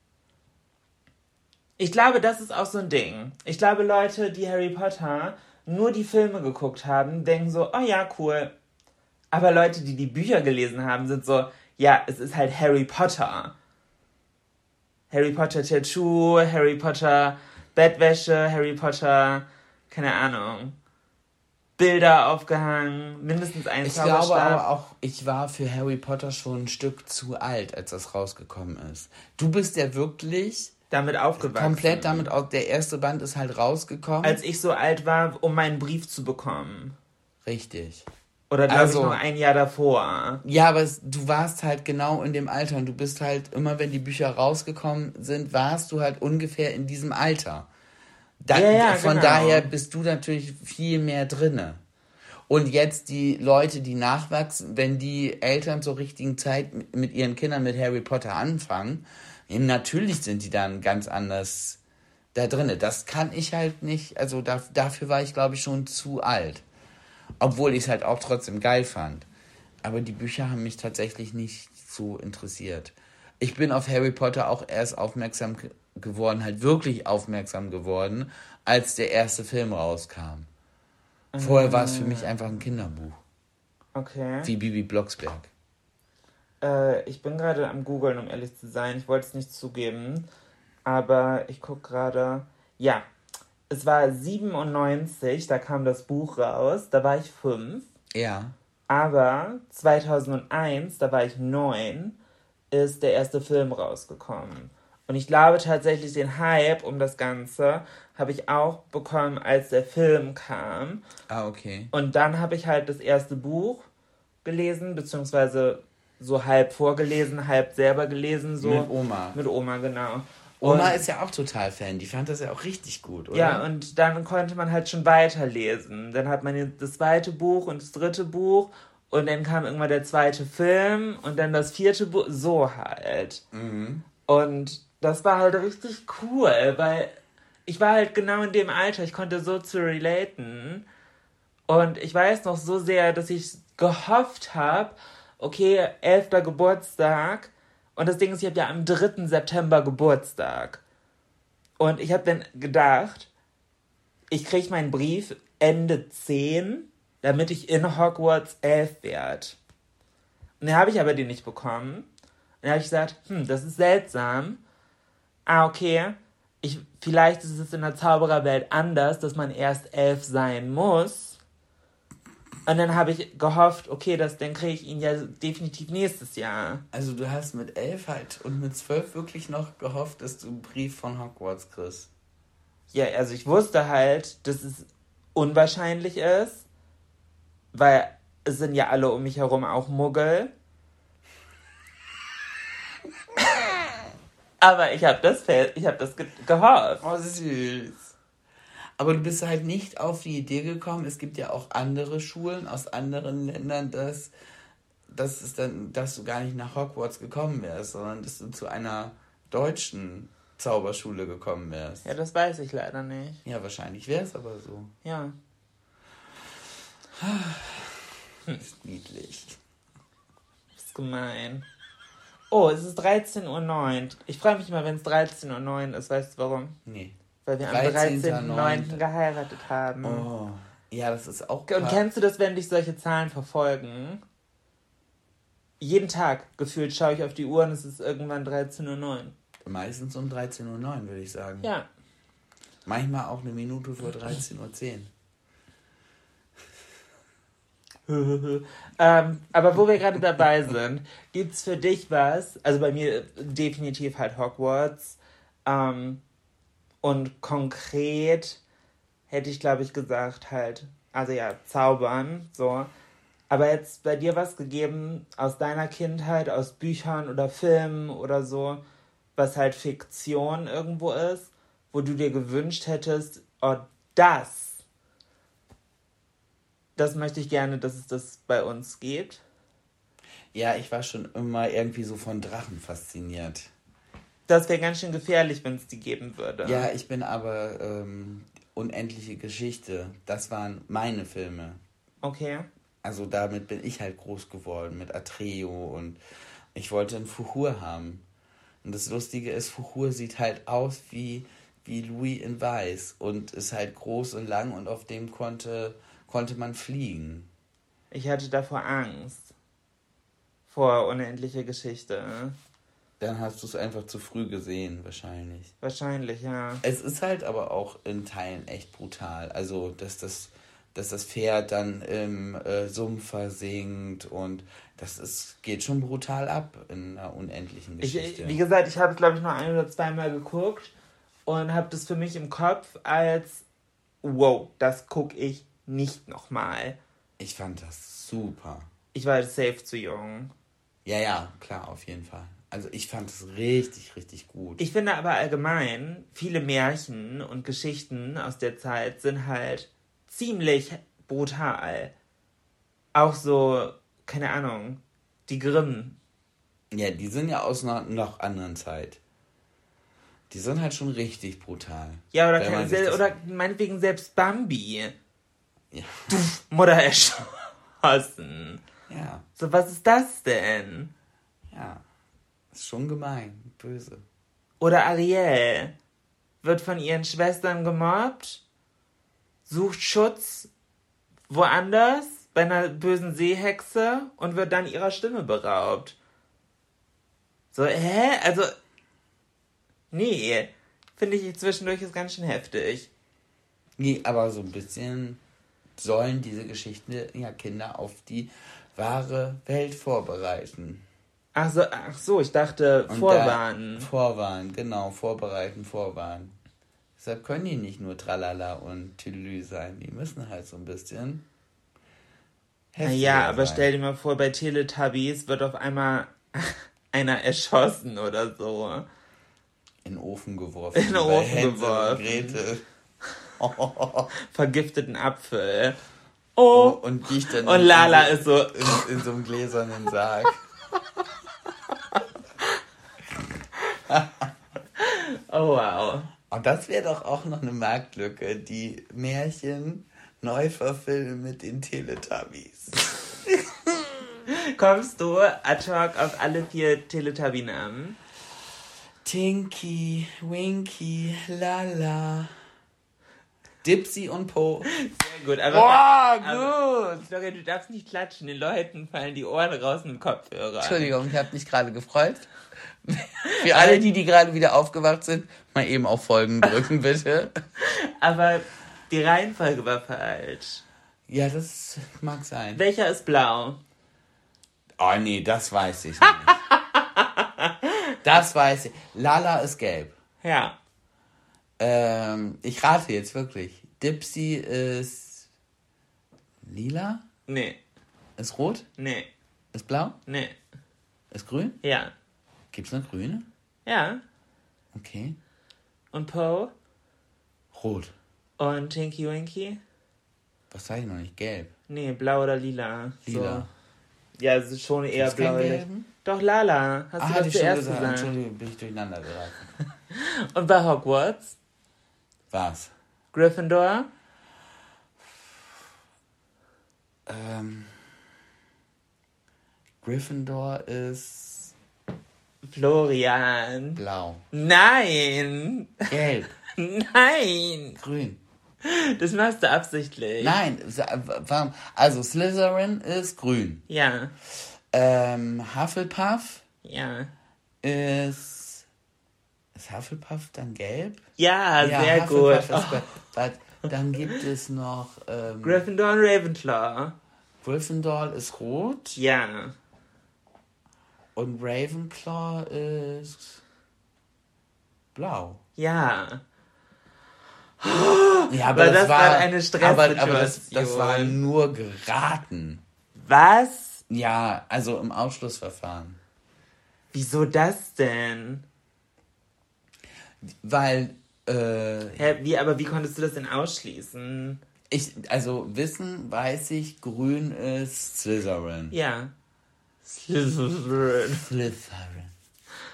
Ich glaube, das ist auch so ein Ding. Ich glaube, Leute, die Harry Potter nur die Filme geguckt haben, denken so, oh ja, cool. Aber Leute, die die Bücher gelesen haben, sind so, ja, es ist halt Harry Potter. Harry Potter Tattoo, Harry Potter Bettwäsche, Harry Potter, keine Ahnung, Bilder aufgehangen, mindestens ein Ich Zauberstab. glaube aber auch, ich war für Harry Potter schon ein Stück zu alt, als das rausgekommen ist. Du bist ja wirklich... damit aufgewachsen. Komplett damit, der erste Band ist halt rausgekommen. Als ich so alt war, um meinen Brief zu bekommen. Richtig. Oder glaube also, ich noch ein Jahr davor. Ja, aber es, du warst halt genau in dem Alter und du bist halt, immer wenn die Bücher rausgekommen sind, warst du halt ungefähr in diesem Alter. Da, ja, ja, von genau. daher bist du natürlich viel mehr drinne. Und jetzt die Leute, die nachwachsen, wenn die Eltern zur richtigen Zeit mit ihren Kindern mit Harry Potter anfangen, natürlich sind die dann ganz anders da drinne. Das kann ich halt nicht, also da, dafür war ich, glaube ich, schon zu alt. Obwohl ich es halt auch trotzdem geil fand. Aber die Bücher haben mich tatsächlich nicht so interessiert. Ich bin auf Harry Potter auch erst aufmerksam geworden, halt wirklich aufmerksam geworden, als der erste Film rauskam. Vorher war es für mich einfach ein Kinderbuch. Okay. Wie Bibi Blocksberg. Äh, ich bin gerade am Googlen, um ehrlich zu sein. Ich wollte es nicht zugeben. Aber ich gucke gerade... Ja, es war siebenundneunzig, da kam das Buch raus. Da war ich fünf. Ja. Aber zweitausendeins, da war ich neun, ist der erste Film rausgekommen. Und ich glaube tatsächlich, den Hype um das Ganze habe ich auch bekommen, als der Film kam. Ah, okay. Und dann habe ich halt das erste Buch gelesen, beziehungsweise so halb vorgelesen, halb selber gelesen. So. Mit Oma. Mit Oma, genau. Oma und, ist ja auch total Fan, die fand das ja auch richtig gut, oder? Ja, und dann konnte man halt schon weiterlesen. Dann hat man das zweite Buch und das dritte Buch und dann kam irgendwann der zweite Film und dann das vierte Buch, so halt. Mhm. Und das war halt richtig cool, weil ich war halt genau in dem Alter, ich konnte so zu relaten und ich weiß noch so sehr, dass ich gehofft habe, okay, elfter Geburtstag, und das Ding ist, ich habe ja am dritten September Geburtstag. Und ich habe dann gedacht, ich kriege meinen Brief Ende zehn, damit ich in Hogwarts elf werde. Und dann habe ich aber den nicht bekommen. Und dann habe ich gesagt, hm, das ist seltsam. Ah, okay, ich, vielleicht ist es in der Zaubererwelt anders, dass man erst elf sein muss. Und dann habe ich gehofft, okay, das, dann kriege ich ihn ja definitiv nächstes Jahr. Also du hast mit elf halt und mit zwölf wirklich noch gehofft, dass du einen Brief von Hogwarts kriegst. Ja, also ich wusste halt, dass es unwahrscheinlich ist, weil es sind ja alle um mich herum auch Muggel. Aber ich habe das, ich hab das ge- gehofft. Oh, süß. Aber du bist halt nicht auf die Idee gekommen, es gibt ja auch andere Schulen aus anderen Ländern, dass, dass, es dann, dass du gar nicht nach Hogwarts gekommen wärst, sondern dass du zu einer deutschen Zauberschule gekommen wärst. Ja, das weiß ich leider nicht. Ja, wahrscheinlich wäre es aber so. Ja. Das ist niedlich. Das ist gemein. Oh, es ist dreizehn Uhr neun. Ich freue mich immer, wenn es dreizehn Uhr neun ist. Weißt du warum? Nee. Weil wir am dreizehnten neunten geheiratet haben. Oh, ja, das ist auch Und kennst du das, wenn dich solche Zahlen verfolgen? Jeden Tag gefühlt schaue ich auf die Uhr und es ist irgendwann dreizehn Uhr neun. Meistens um dreizehn Uhr neun, würde ich sagen. Ja. Manchmal auch eine Minute vor dreizehn Uhr zehn. ähm, aber wo wir gerade dabei sind, gibt's für dich was? Also bei mir definitiv halt Hogwarts. Ähm, und konkret hätte ich, glaube ich, gesagt halt, also ja, zaubern, so. Aber jetzt bei dir was gegeben aus deiner Kindheit, aus Büchern oder Filmen oder so, was halt Fiktion irgendwo ist, wo du dir gewünscht hättest, oh, das, das möchte ich gerne, dass es das bei uns gibt. Ja, ich war schon immer irgendwie so von Drachen fasziniert. Das wäre ganz schön gefährlich, wenn es die geben würde. Ja, ich bin aber ähm, Unendliche Geschichte. Das waren meine Filme. Okay. Also damit bin ich halt groß geworden, mit Atreo, und ich wollte einen Fuhur haben. Und das Lustige ist, Fuhur sieht halt aus wie, wie Louis in Weiß und ist halt groß und lang, und auf dem konnte, konnte man fliegen. Ich hatte davor Angst. Vor Unendliche Geschichte. Dann hast du es einfach zu früh gesehen, wahrscheinlich. Wahrscheinlich, ja. Es ist halt aber auch in Teilen echt brutal. Also, dass das, dass das Pferd dann im äh, Sumpf versinkt, und das ist, geht schon brutal ab in einer unendlichen Geschichte. Ich, wie gesagt, ich habe es, glaube ich, nur ein oder zweimal geguckt und habe das für mich im Kopf als, wow, das gucke ich nicht nochmal. Ich fand das super. Ich war safe zu jung. Ja, ja, klar, auf jeden Fall. Also ich fand es richtig, richtig gut. Ich finde aber allgemein, viele Märchen und Geschichten aus der Zeit sind halt ziemlich brutal. Auch so, keine Ahnung, die Grimm. Ja, die sind ja aus einer noch anderen Zeit. Die sind halt schon richtig brutal. Ja, oder, kann, sel- oder meinetwegen selbst Bambi. Ja. Du, Mutter erschossen. Ja. So, was ist das denn? Ja. Ist schon gemein, böse. Oder Ariel wird von ihren Schwestern gemobbt, sucht Schutz woanders bei einer bösen Seehexe und wird dann ihrer Stimme beraubt. So, hä? Also, nee, finde ich zwischendurch ist ganz schön heftig. Nee, aber so ein bisschen sollen diese Geschichten ja Kinder auf die wahre Welt vorbereiten. Ach so, ach so, ich dachte Und vorwarnen. Da, vorwarnen, genau, vorbereiten, vorwarnen. Deshalb können die nicht nur Tralala und Tülü sein, die müssen halt so ein bisschen Ja, aber sein. Stell dir mal vor, bei Teletubbies wird auf einmal einer erschossen oder so. In den Ofen geworfen. In den Ofen geworfen. Grete. Oh. Vergifteten Apfel. Oh. Und die dann und Lala in, ist so in, in so einem gläsernen Sarg. Oh, wow. Und das wäre doch auch noch eine Marktlücke, die Märchen neu verfilmen mit den Teletubbies. Kommst du ad hoc auf alle vier Teletubby-Namen? Tinky, Winky, Lala, Dipsy und Po. Sehr gut. Aber, Boah, aber, gut. Sorry, du darfst nicht klatschen. Den Leuten fallen die Ohren raus mit dem Kopfhörer. Entschuldigung, ich habe mich gerade gefreut. Für alle, die, die gerade wieder aufgewacht sind, mal eben auf Folgen drücken, bitte. Aber die Reihenfolge war falsch. Ja, das mag sein. Welcher ist blau? Oh nee, das weiß ich nicht. Das weiß ich. Lala ist gelb. Ja. Ähm, ich rate jetzt wirklich. Dipsy ist lila? Nee. Ist rot? Nee. Ist blau? Nee. Ist grün? Ja. Gibt's noch grüne? Ja. Okay. Und Po? Rot. Und Tinky Winky? Was sag ich noch nicht? Gelb? Nee, blau oder lila. Lila. So. Ja, es ist schon eher Gibt's blau. Doch, Lala. Hast ah, du das zuerst gesagt? Entschuldigung, bin ich durcheinander geraten. Und bei Hogwarts? Was? Gryffindor? Ähm, Gryffindor ist Florian. blau. Nein. Gelb. Nein. Grün. Das machst du absichtlich. Nein, warum? Also Slytherin ist grün. Ja. Ähm, Hufflepuff Ja. ist... Ist Hufflepuff dann gelb? Ja, ja sehr Hufflepuff gut. Ist gelb. Oh. Dann gibt es noch... Ähm, Gryffindor und Ravenclaw. Gryffindor ist rot. Ja. Und Ravenclaw ist... blau. Ja. Ja, aber Weil das, das war war eine Stresssituation. Aber, aber das, das war nur geraten. Was? Ja, also im Ausschlussverfahren. Wieso das denn? Weil, äh... Hä, wie, aber wie konntest du das denn ausschließen? Ich, also Wissen weiß ich, grün ist Slytherin. Ja. Slytherin. Slytherin.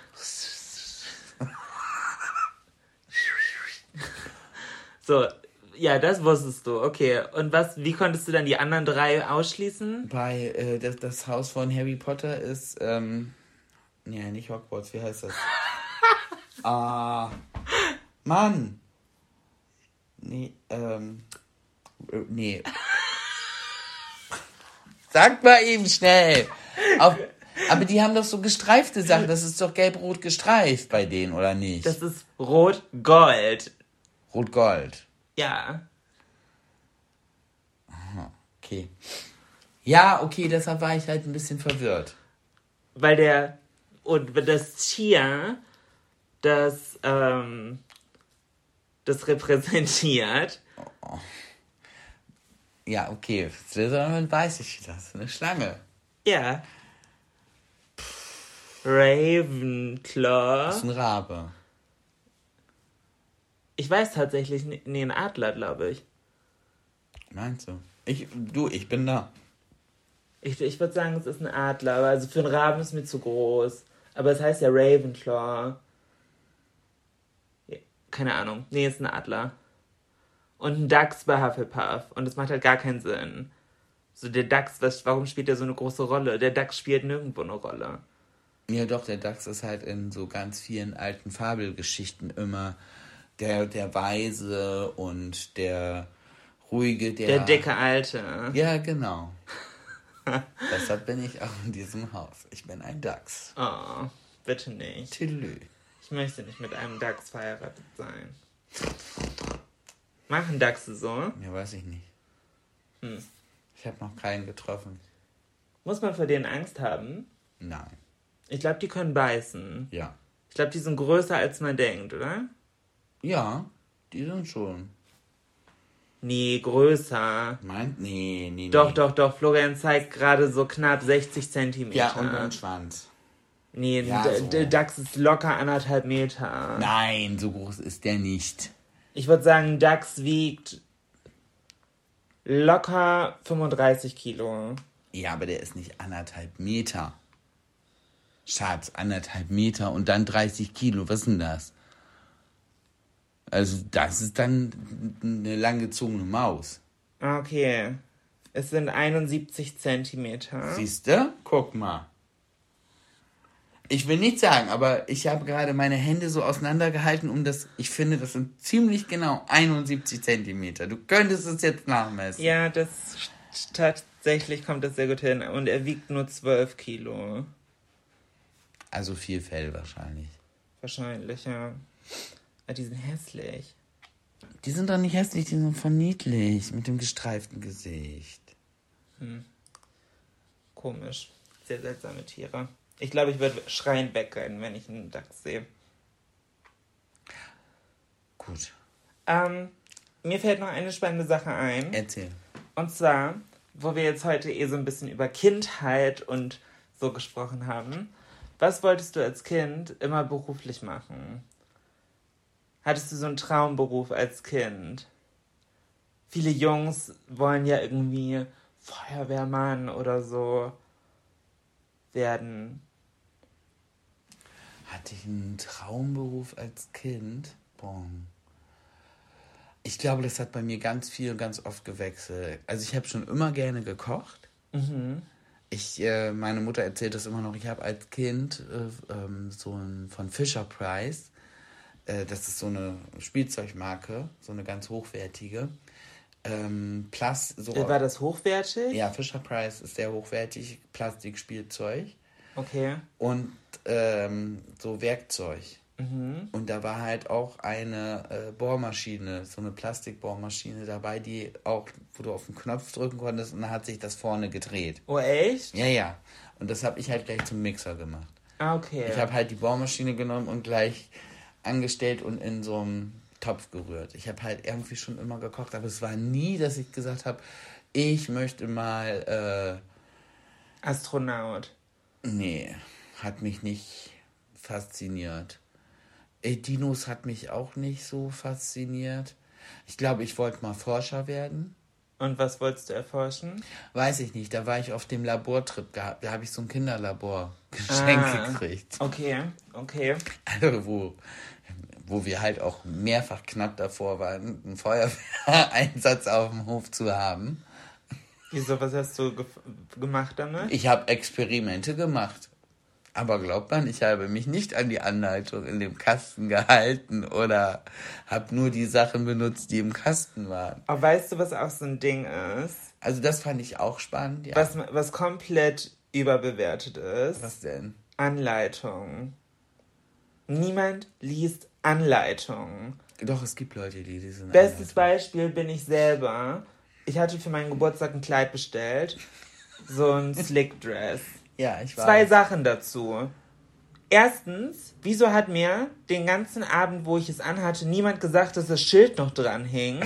So, Ja, das wusstest du, okay. Und was? Wie konntest du dann die anderen drei ausschließen? Bei, äh, das, das Haus von Harry Potter ist, ähm, nee, nicht Hogwarts, wie heißt das? ah, Mann! Nee, ähm, äh, nee. Sag mal eben schnell! Auf, aber die haben doch so gestreifte Sachen, das ist doch gelb-rot gestreift bei denen, oder nicht? Das ist rot-gold. Rot-gold. Ja. Aha, okay. Ja, okay, deshalb war ich halt ein bisschen verwirrt. Weil der, und das Tier, das, ähm, das repräsentiert. Oh. Ja, okay, Slytherin weiß ich das, eine Schlange. Ja. Ravenclaw. Das ist ein Rabe. Ich weiß tatsächlich, nee, ein Adler, glaube ich. Meinst du? Ich, du, ich bin da. Ich, ich würde sagen, es ist ein Adler, aber also für einen Raben ist mir zu groß. Aber es heißt ja Ravenclaw. Keine Ahnung. Nee, es ist ein Adler. Und ein Dachs bei Hufflepuff. Und das macht halt gar keinen Sinn. So der Dachs, was, warum spielt der so eine große Rolle? Der Dachs spielt nirgendwo eine Rolle. Ja doch, der Dachs ist halt in so ganz vielen alten Fabelgeschichten immer der, der Weise und der ruhige, der... Der dicke Alte. Ja, genau. Deshalb bin ich auch in diesem Haus. Ich bin ein Dachs. Oh, bitte nicht. Tillö. Ich möchte nicht mit einem Dachs verheiratet sein. Machen Dachse so? Ja, weiß ich nicht. Hm. Ich habe noch keinen getroffen. Muss man vor denen Angst haben? Nein. Ich glaube, die können beißen. Ja. Ich glaube, die sind größer, als man denkt, oder? Ja, die sind schon. Nee, größer. Meint? Nee, nee, Doch, nee. doch, doch. Florian zeigt gerade so knapp sechzig Zentimeter. Ja, und ein Schwanz. Nee, ja, der so. D- Dachs ist locker anderthalb Meter. Nein, so groß ist der nicht. Ich würde sagen, Dachs wiegt locker fünfunddreißig Kilo. Ja, aber der ist nicht anderthalb Meter. Schatz, anderthalb Meter und dann dreißig Kilo. Was ist denn das? Also das ist dann eine langgezogene Maus. Okay. Es sind einundsiebzig Zentimeter. Siehst du? Guck mal. Ich will nicht sagen, aber ich habe gerade meine Hände so auseinandergehalten, um das, ich finde, das sind ziemlich genau einundsiebzig Zentimeter. Du könntest es jetzt nachmessen. Ja, das tatsächlich kommt das sehr gut hin. Und er wiegt nur zwölf Kilo. Also viel Fell wahrscheinlich. Wahrscheinlich, ja. Aber die sind hässlich. Die sind doch nicht hässlich, die sind voll niedlich. Mit dem gestreiften Gesicht. Hm. Komisch. Sehr seltsame Tiere. Ich glaube, ich würde schreiend wegrennen, wenn ich einen Dachs sehe. Gut. Ähm, mir fällt noch eine spannende Sache ein. Erzähl. Und zwar, wo wir jetzt heute eh so ein bisschen über Kindheit und so gesprochen haben. Was wolltest du als Kind immer beruflich machen? Hattest du so einen Traumberuf als Kind? Viele Jungs wollen ja irgendwie Feuerwehrmann oder so werden. Hatte ich einen Traumberuf als Kind? Boah. Ich glaube, das hat bei mir ganz viel und ganz oft gewechselt. Also ich habe schon immer gerne gekocht. Mhm. Ich, äh, meine Mutter erzählt das immer noch. Ich habe als Kind äh, ähm, so ein von Fisher Price, äh, das ist so eine Spielzeugmarke, so eine ganz hochwertige. Ähm, Plas- so, War das hochwertig? Ja, Fisher Price ist sehr hochwertig, Plastikspielzeug. Okay. Und ähm, so Werkzeug. Mhm. Und da war halt auch eine äh, Bohrmaschine, so eine Plastikbohrmaschine dabei, die auch, wo du auf den Knopf drücken konntest und dann hat sich das vorne gedreht. Oh, echt? Ja, ja. Und das habe ich halt gleich zum Mixer gemacht. Ah, okay. Ich habe halt die Bohrmaschine genommen und gleich angestellt und in so einem Topf gerührt. Ich habe halt irgendwie schon immer gekocht, aber es war nie, dass ich gesagt habe, ich möchte mal... Äh, Astronaut. Nee, hat mich nicht fasziniert. Äh, Dinos hat mich auch nicht so fasziniert. Ich glaube, ich wollte mal Forscher werden. Und was wolltest du erforschen? Weiß ich nicht, da war ich auf dem Labortrip gehabt. Da habe ich so ein Kinderlabor geschenkt ah, gekriegt. Okay, okay. Also wo, wo wir halt auch mehrfach knapp davor waren, einen Feuerwehreinsatz auf dem Hof zu haben. Wieso, was hast du ge- gemacht damit? Ich habe Experimente gemacht. Aber glaubt man, ich habe mich nicht an die Anleitung in dem Kasten gehalten oder habe nur die Sachen benutzt, die im Kasten waren. Aber weißt du, was auch so ein Ding ist? Also das fand ich auch spannend, ja. Was, was komplett überbewertet ist. Was denn? Anleitung. Niemand liest Anleitungen. Doch, es gibt Leute, die diesen Bestes Beispiel bin ich selber. Ich hatte für meinen Geburtstag ein Kleid bestellt. So ein Slick Dress. Ja, ich weiß. Zwei Sachen dazu. Erstens, wieso hat mir den ganzen Abend, wo ich es anhatte, niemand gesagt, dass das Schild noch dran hing?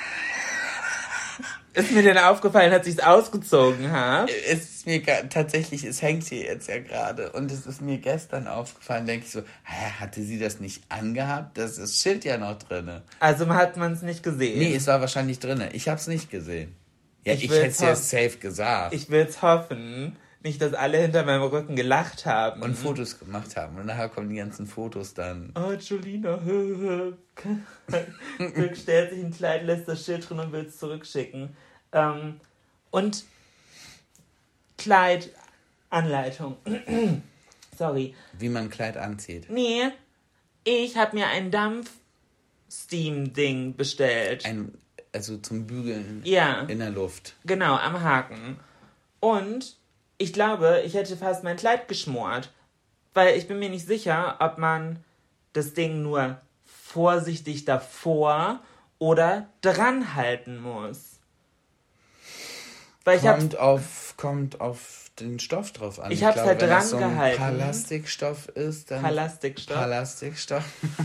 Ist mir denn aufgefallen, als ich es ausgezogen habe? Es ist mir ga- tatsächlich, es hängt hier jetzt ja gerade und es ist mir gestern aufgefallen, denke ich so, hä, hatte sie das nicht angehabt? Das ist das Schild ja noch drinne. Also hat man es nicht gesehen? Nee, es war wahrscheinlich drinne. Ich habe es nicht gesehen. Ja, ich, Ich ich hätte will's es ja hoffen. safe gesagt. Ich will es hoffen, nicht, dass alle hinter meinem Rücken gelacht haben. Und Fotos gemacht haben. Und nachher kommen die ganzen Fotos dann. Oh, Julina, hö, hö. Dirk stellt sich ein Kleid, lässt das Schild drin und will es zurückschicken. Ähm, und Kleid, Anleitung. Sorry. Wie man ein Kleid anzieht. Nee, ich habe mir ein Dampf-Steam-Ding bestellt. Ein, also zum Bügeln Ja. in der Luft. Genau, am Haken. Und ich glaube, ich hätte fast mein Kleid geschmort. Weil ich bin mir nicht sicher, ob man das Ding nur vorsichtig davor oder dran halten muss. Weil ich kommt, hab, auf, kommt auf den Stoff drauf an. Ich hab's glaube, halt wenn dran das so ein gehalten. Plastikstoff ist, dann... Plastikstoff. Plastikstoff.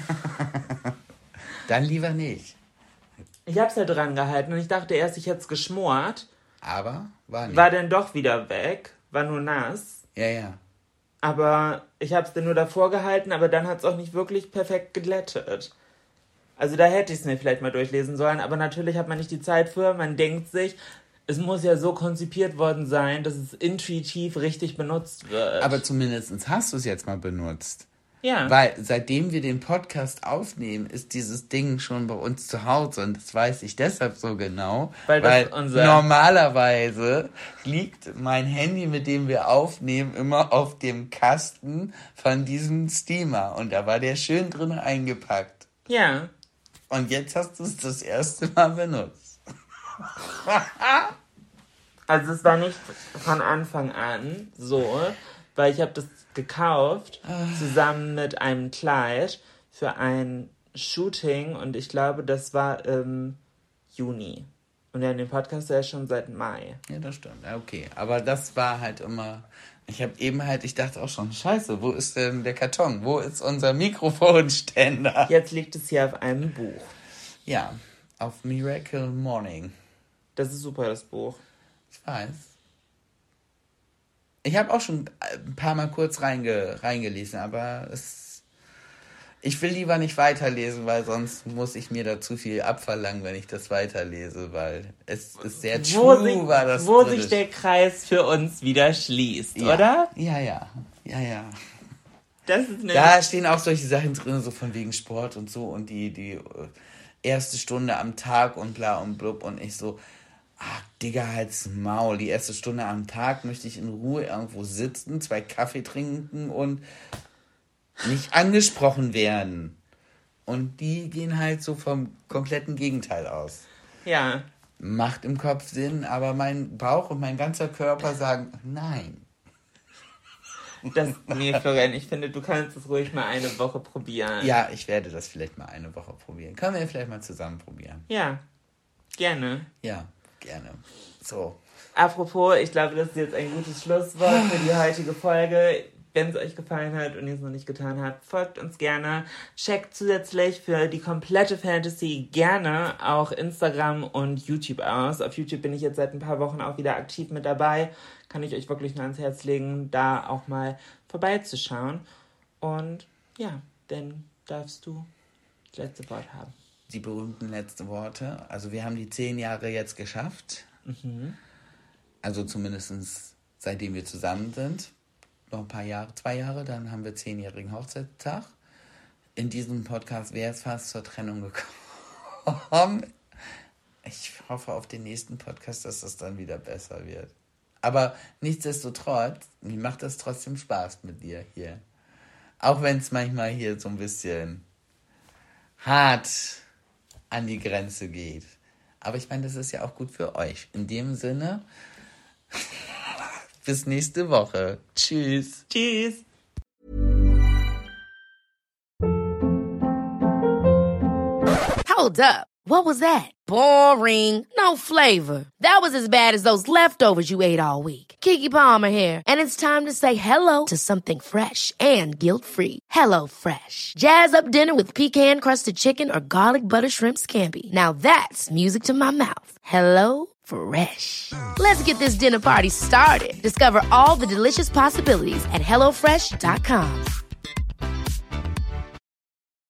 Dann lieber nicht. Ich hab's halt dran gehalten und ich dachte erst, ich hätte es geschmort. Aber war nicht. War dann doch wieder weg. War nur nass. Ja, ja. Aber ich hab's dann nur davor gehalten, aber dann hat's auch nicht wirklich perfekt geglättet. Also da hätte ich es mir vielleicht mal durchlesen sollen, aber natürlich hat man nicht die Zeit für. Man denkt sich, es muss ja so konzipiert worden sein, dass es intuitiv richtig benutzt wird. Aber zumindest hast du es jetzt mal benutzt. ja. Weil seitdem wir den Podcast aufnehmen, ist dieses Ding schon bei uns zu Hause. Und das weiß ich deshalb so genau. Weil das Weil unser- normalerweise liegt mein Handy, mit dem wir aufnehmen, immer auf dem Kasten von diesem Steamer. Und da war der schön drin eingepackt. ja. Und jetzt hast du es das erste Mal benutzt. Also es war nicht von Anfang an so, weil ich habe das gekauft, zusammen mit einem Kleid für ein Shooting und ich glaube, das war im Juni. Und wir haben den Podcast ja schon seit Mai. Ja, das stimmt. Ja, okay. Aber das war halt immer... Ich habe eben halt, ich dachte auch schon, scheiße, wo ist denn der Karton? Wo ist unser Mikrofonständer? Jetzt liegt es hier auf einem Buch. Ja, auf Miracle Morning. Das ist super, das Buch. Ich weiß. Ich habe auch schon ein paar Mal kurz reinge, reingelesen, aber es... Ich will lieber nicht weiterlesen, weil sonst muss ich mir da zu viel abverlangen, wenn ich das weiterlese, weil es ist sehr Wo, true, sich, war das wo drin. sich der Kreis für uns wieder schließt, ja. oder? Ja, ja, ja, ja. Das ist eine... Da stehen auch solche Sachen drin, so von wegen Sport und so und die, die erste Stunde am Tag und bla und blub und ich so, ach, Digga, halt's Maul. Die erste Stunde am Tag möchte ich in Ruhe irgendwo sitzen, zwei Kaffee trinken und nicht angesprochen werden. Und die gehen halt so vom kompletten Gegenteil aus. Ja. Macht im Kopf Sinn, aber mein Bauch und mein ganzer Körper sagen, nein. Das, nee, Florian, ich finde, du kannst es ruhig mal eine Woche probieren. Ja, ich werde das vielleicht mal eine Woche probieren. Können wir vielleicht mal zusammen probieren? Ja, gerne. Ja, gerne. So. Apropos, ich glaube, das ist jetzt ein gutes Schlusswort für die heutige Folge. Wenn es euch gefallen hat und ihr es noch nicht getan habt, folgt uns gerne. Checkt zusätzlich für die komplette Fantasy gerne auch Instagram und YouTube aus. Auf YouTube bin ich jetzt seit ein paar Wochen auch wieder aktiv mit dabei. Kann ich euch wirklich nur ans Herz legen, da auch mal vorbeizuschauen. Und ja, dann darfst du das letzte Wort haben. Die berühmten letzten Worte. Also wir haben die zehn Jahre jetzt geschafft. Mhm. Also zumindest seitdem wir zusammen sind. Noch ein paar Jahre, zwei Jahre, dann haben wir zehnjährigen Hochzeitstag. in diesem Podcast wäre es fast zur Trennung gekommen. Ich hoffe auf den nächsten Podcast, dass das dann wieder besser wird. Aber nichtsdestotrotz, mir macht das trotzdem Spaß mit dir hier. Auch wenn es manchmal hier so ein bisschen hart an die Grenze geht. Aber ich meine, das ist ja auch gut für euch. In dem Sinne, bis nächste Woche. Tschüss. Tschüss. Hold up. What was that? Boring. No flavor. That was as bad as those leftovers you ate all week. Keke Palmer here. And it's time to say hello to something fresh and guilt-free. Hello Fresh. Jazz up dinner with pecan-crusted chicken or garlic butter shrimp scampi. Now that's music to my mouth. Hello Fresh. Let's get this dinner party started. Discover all the delicious possibilities at hello fresh dot com.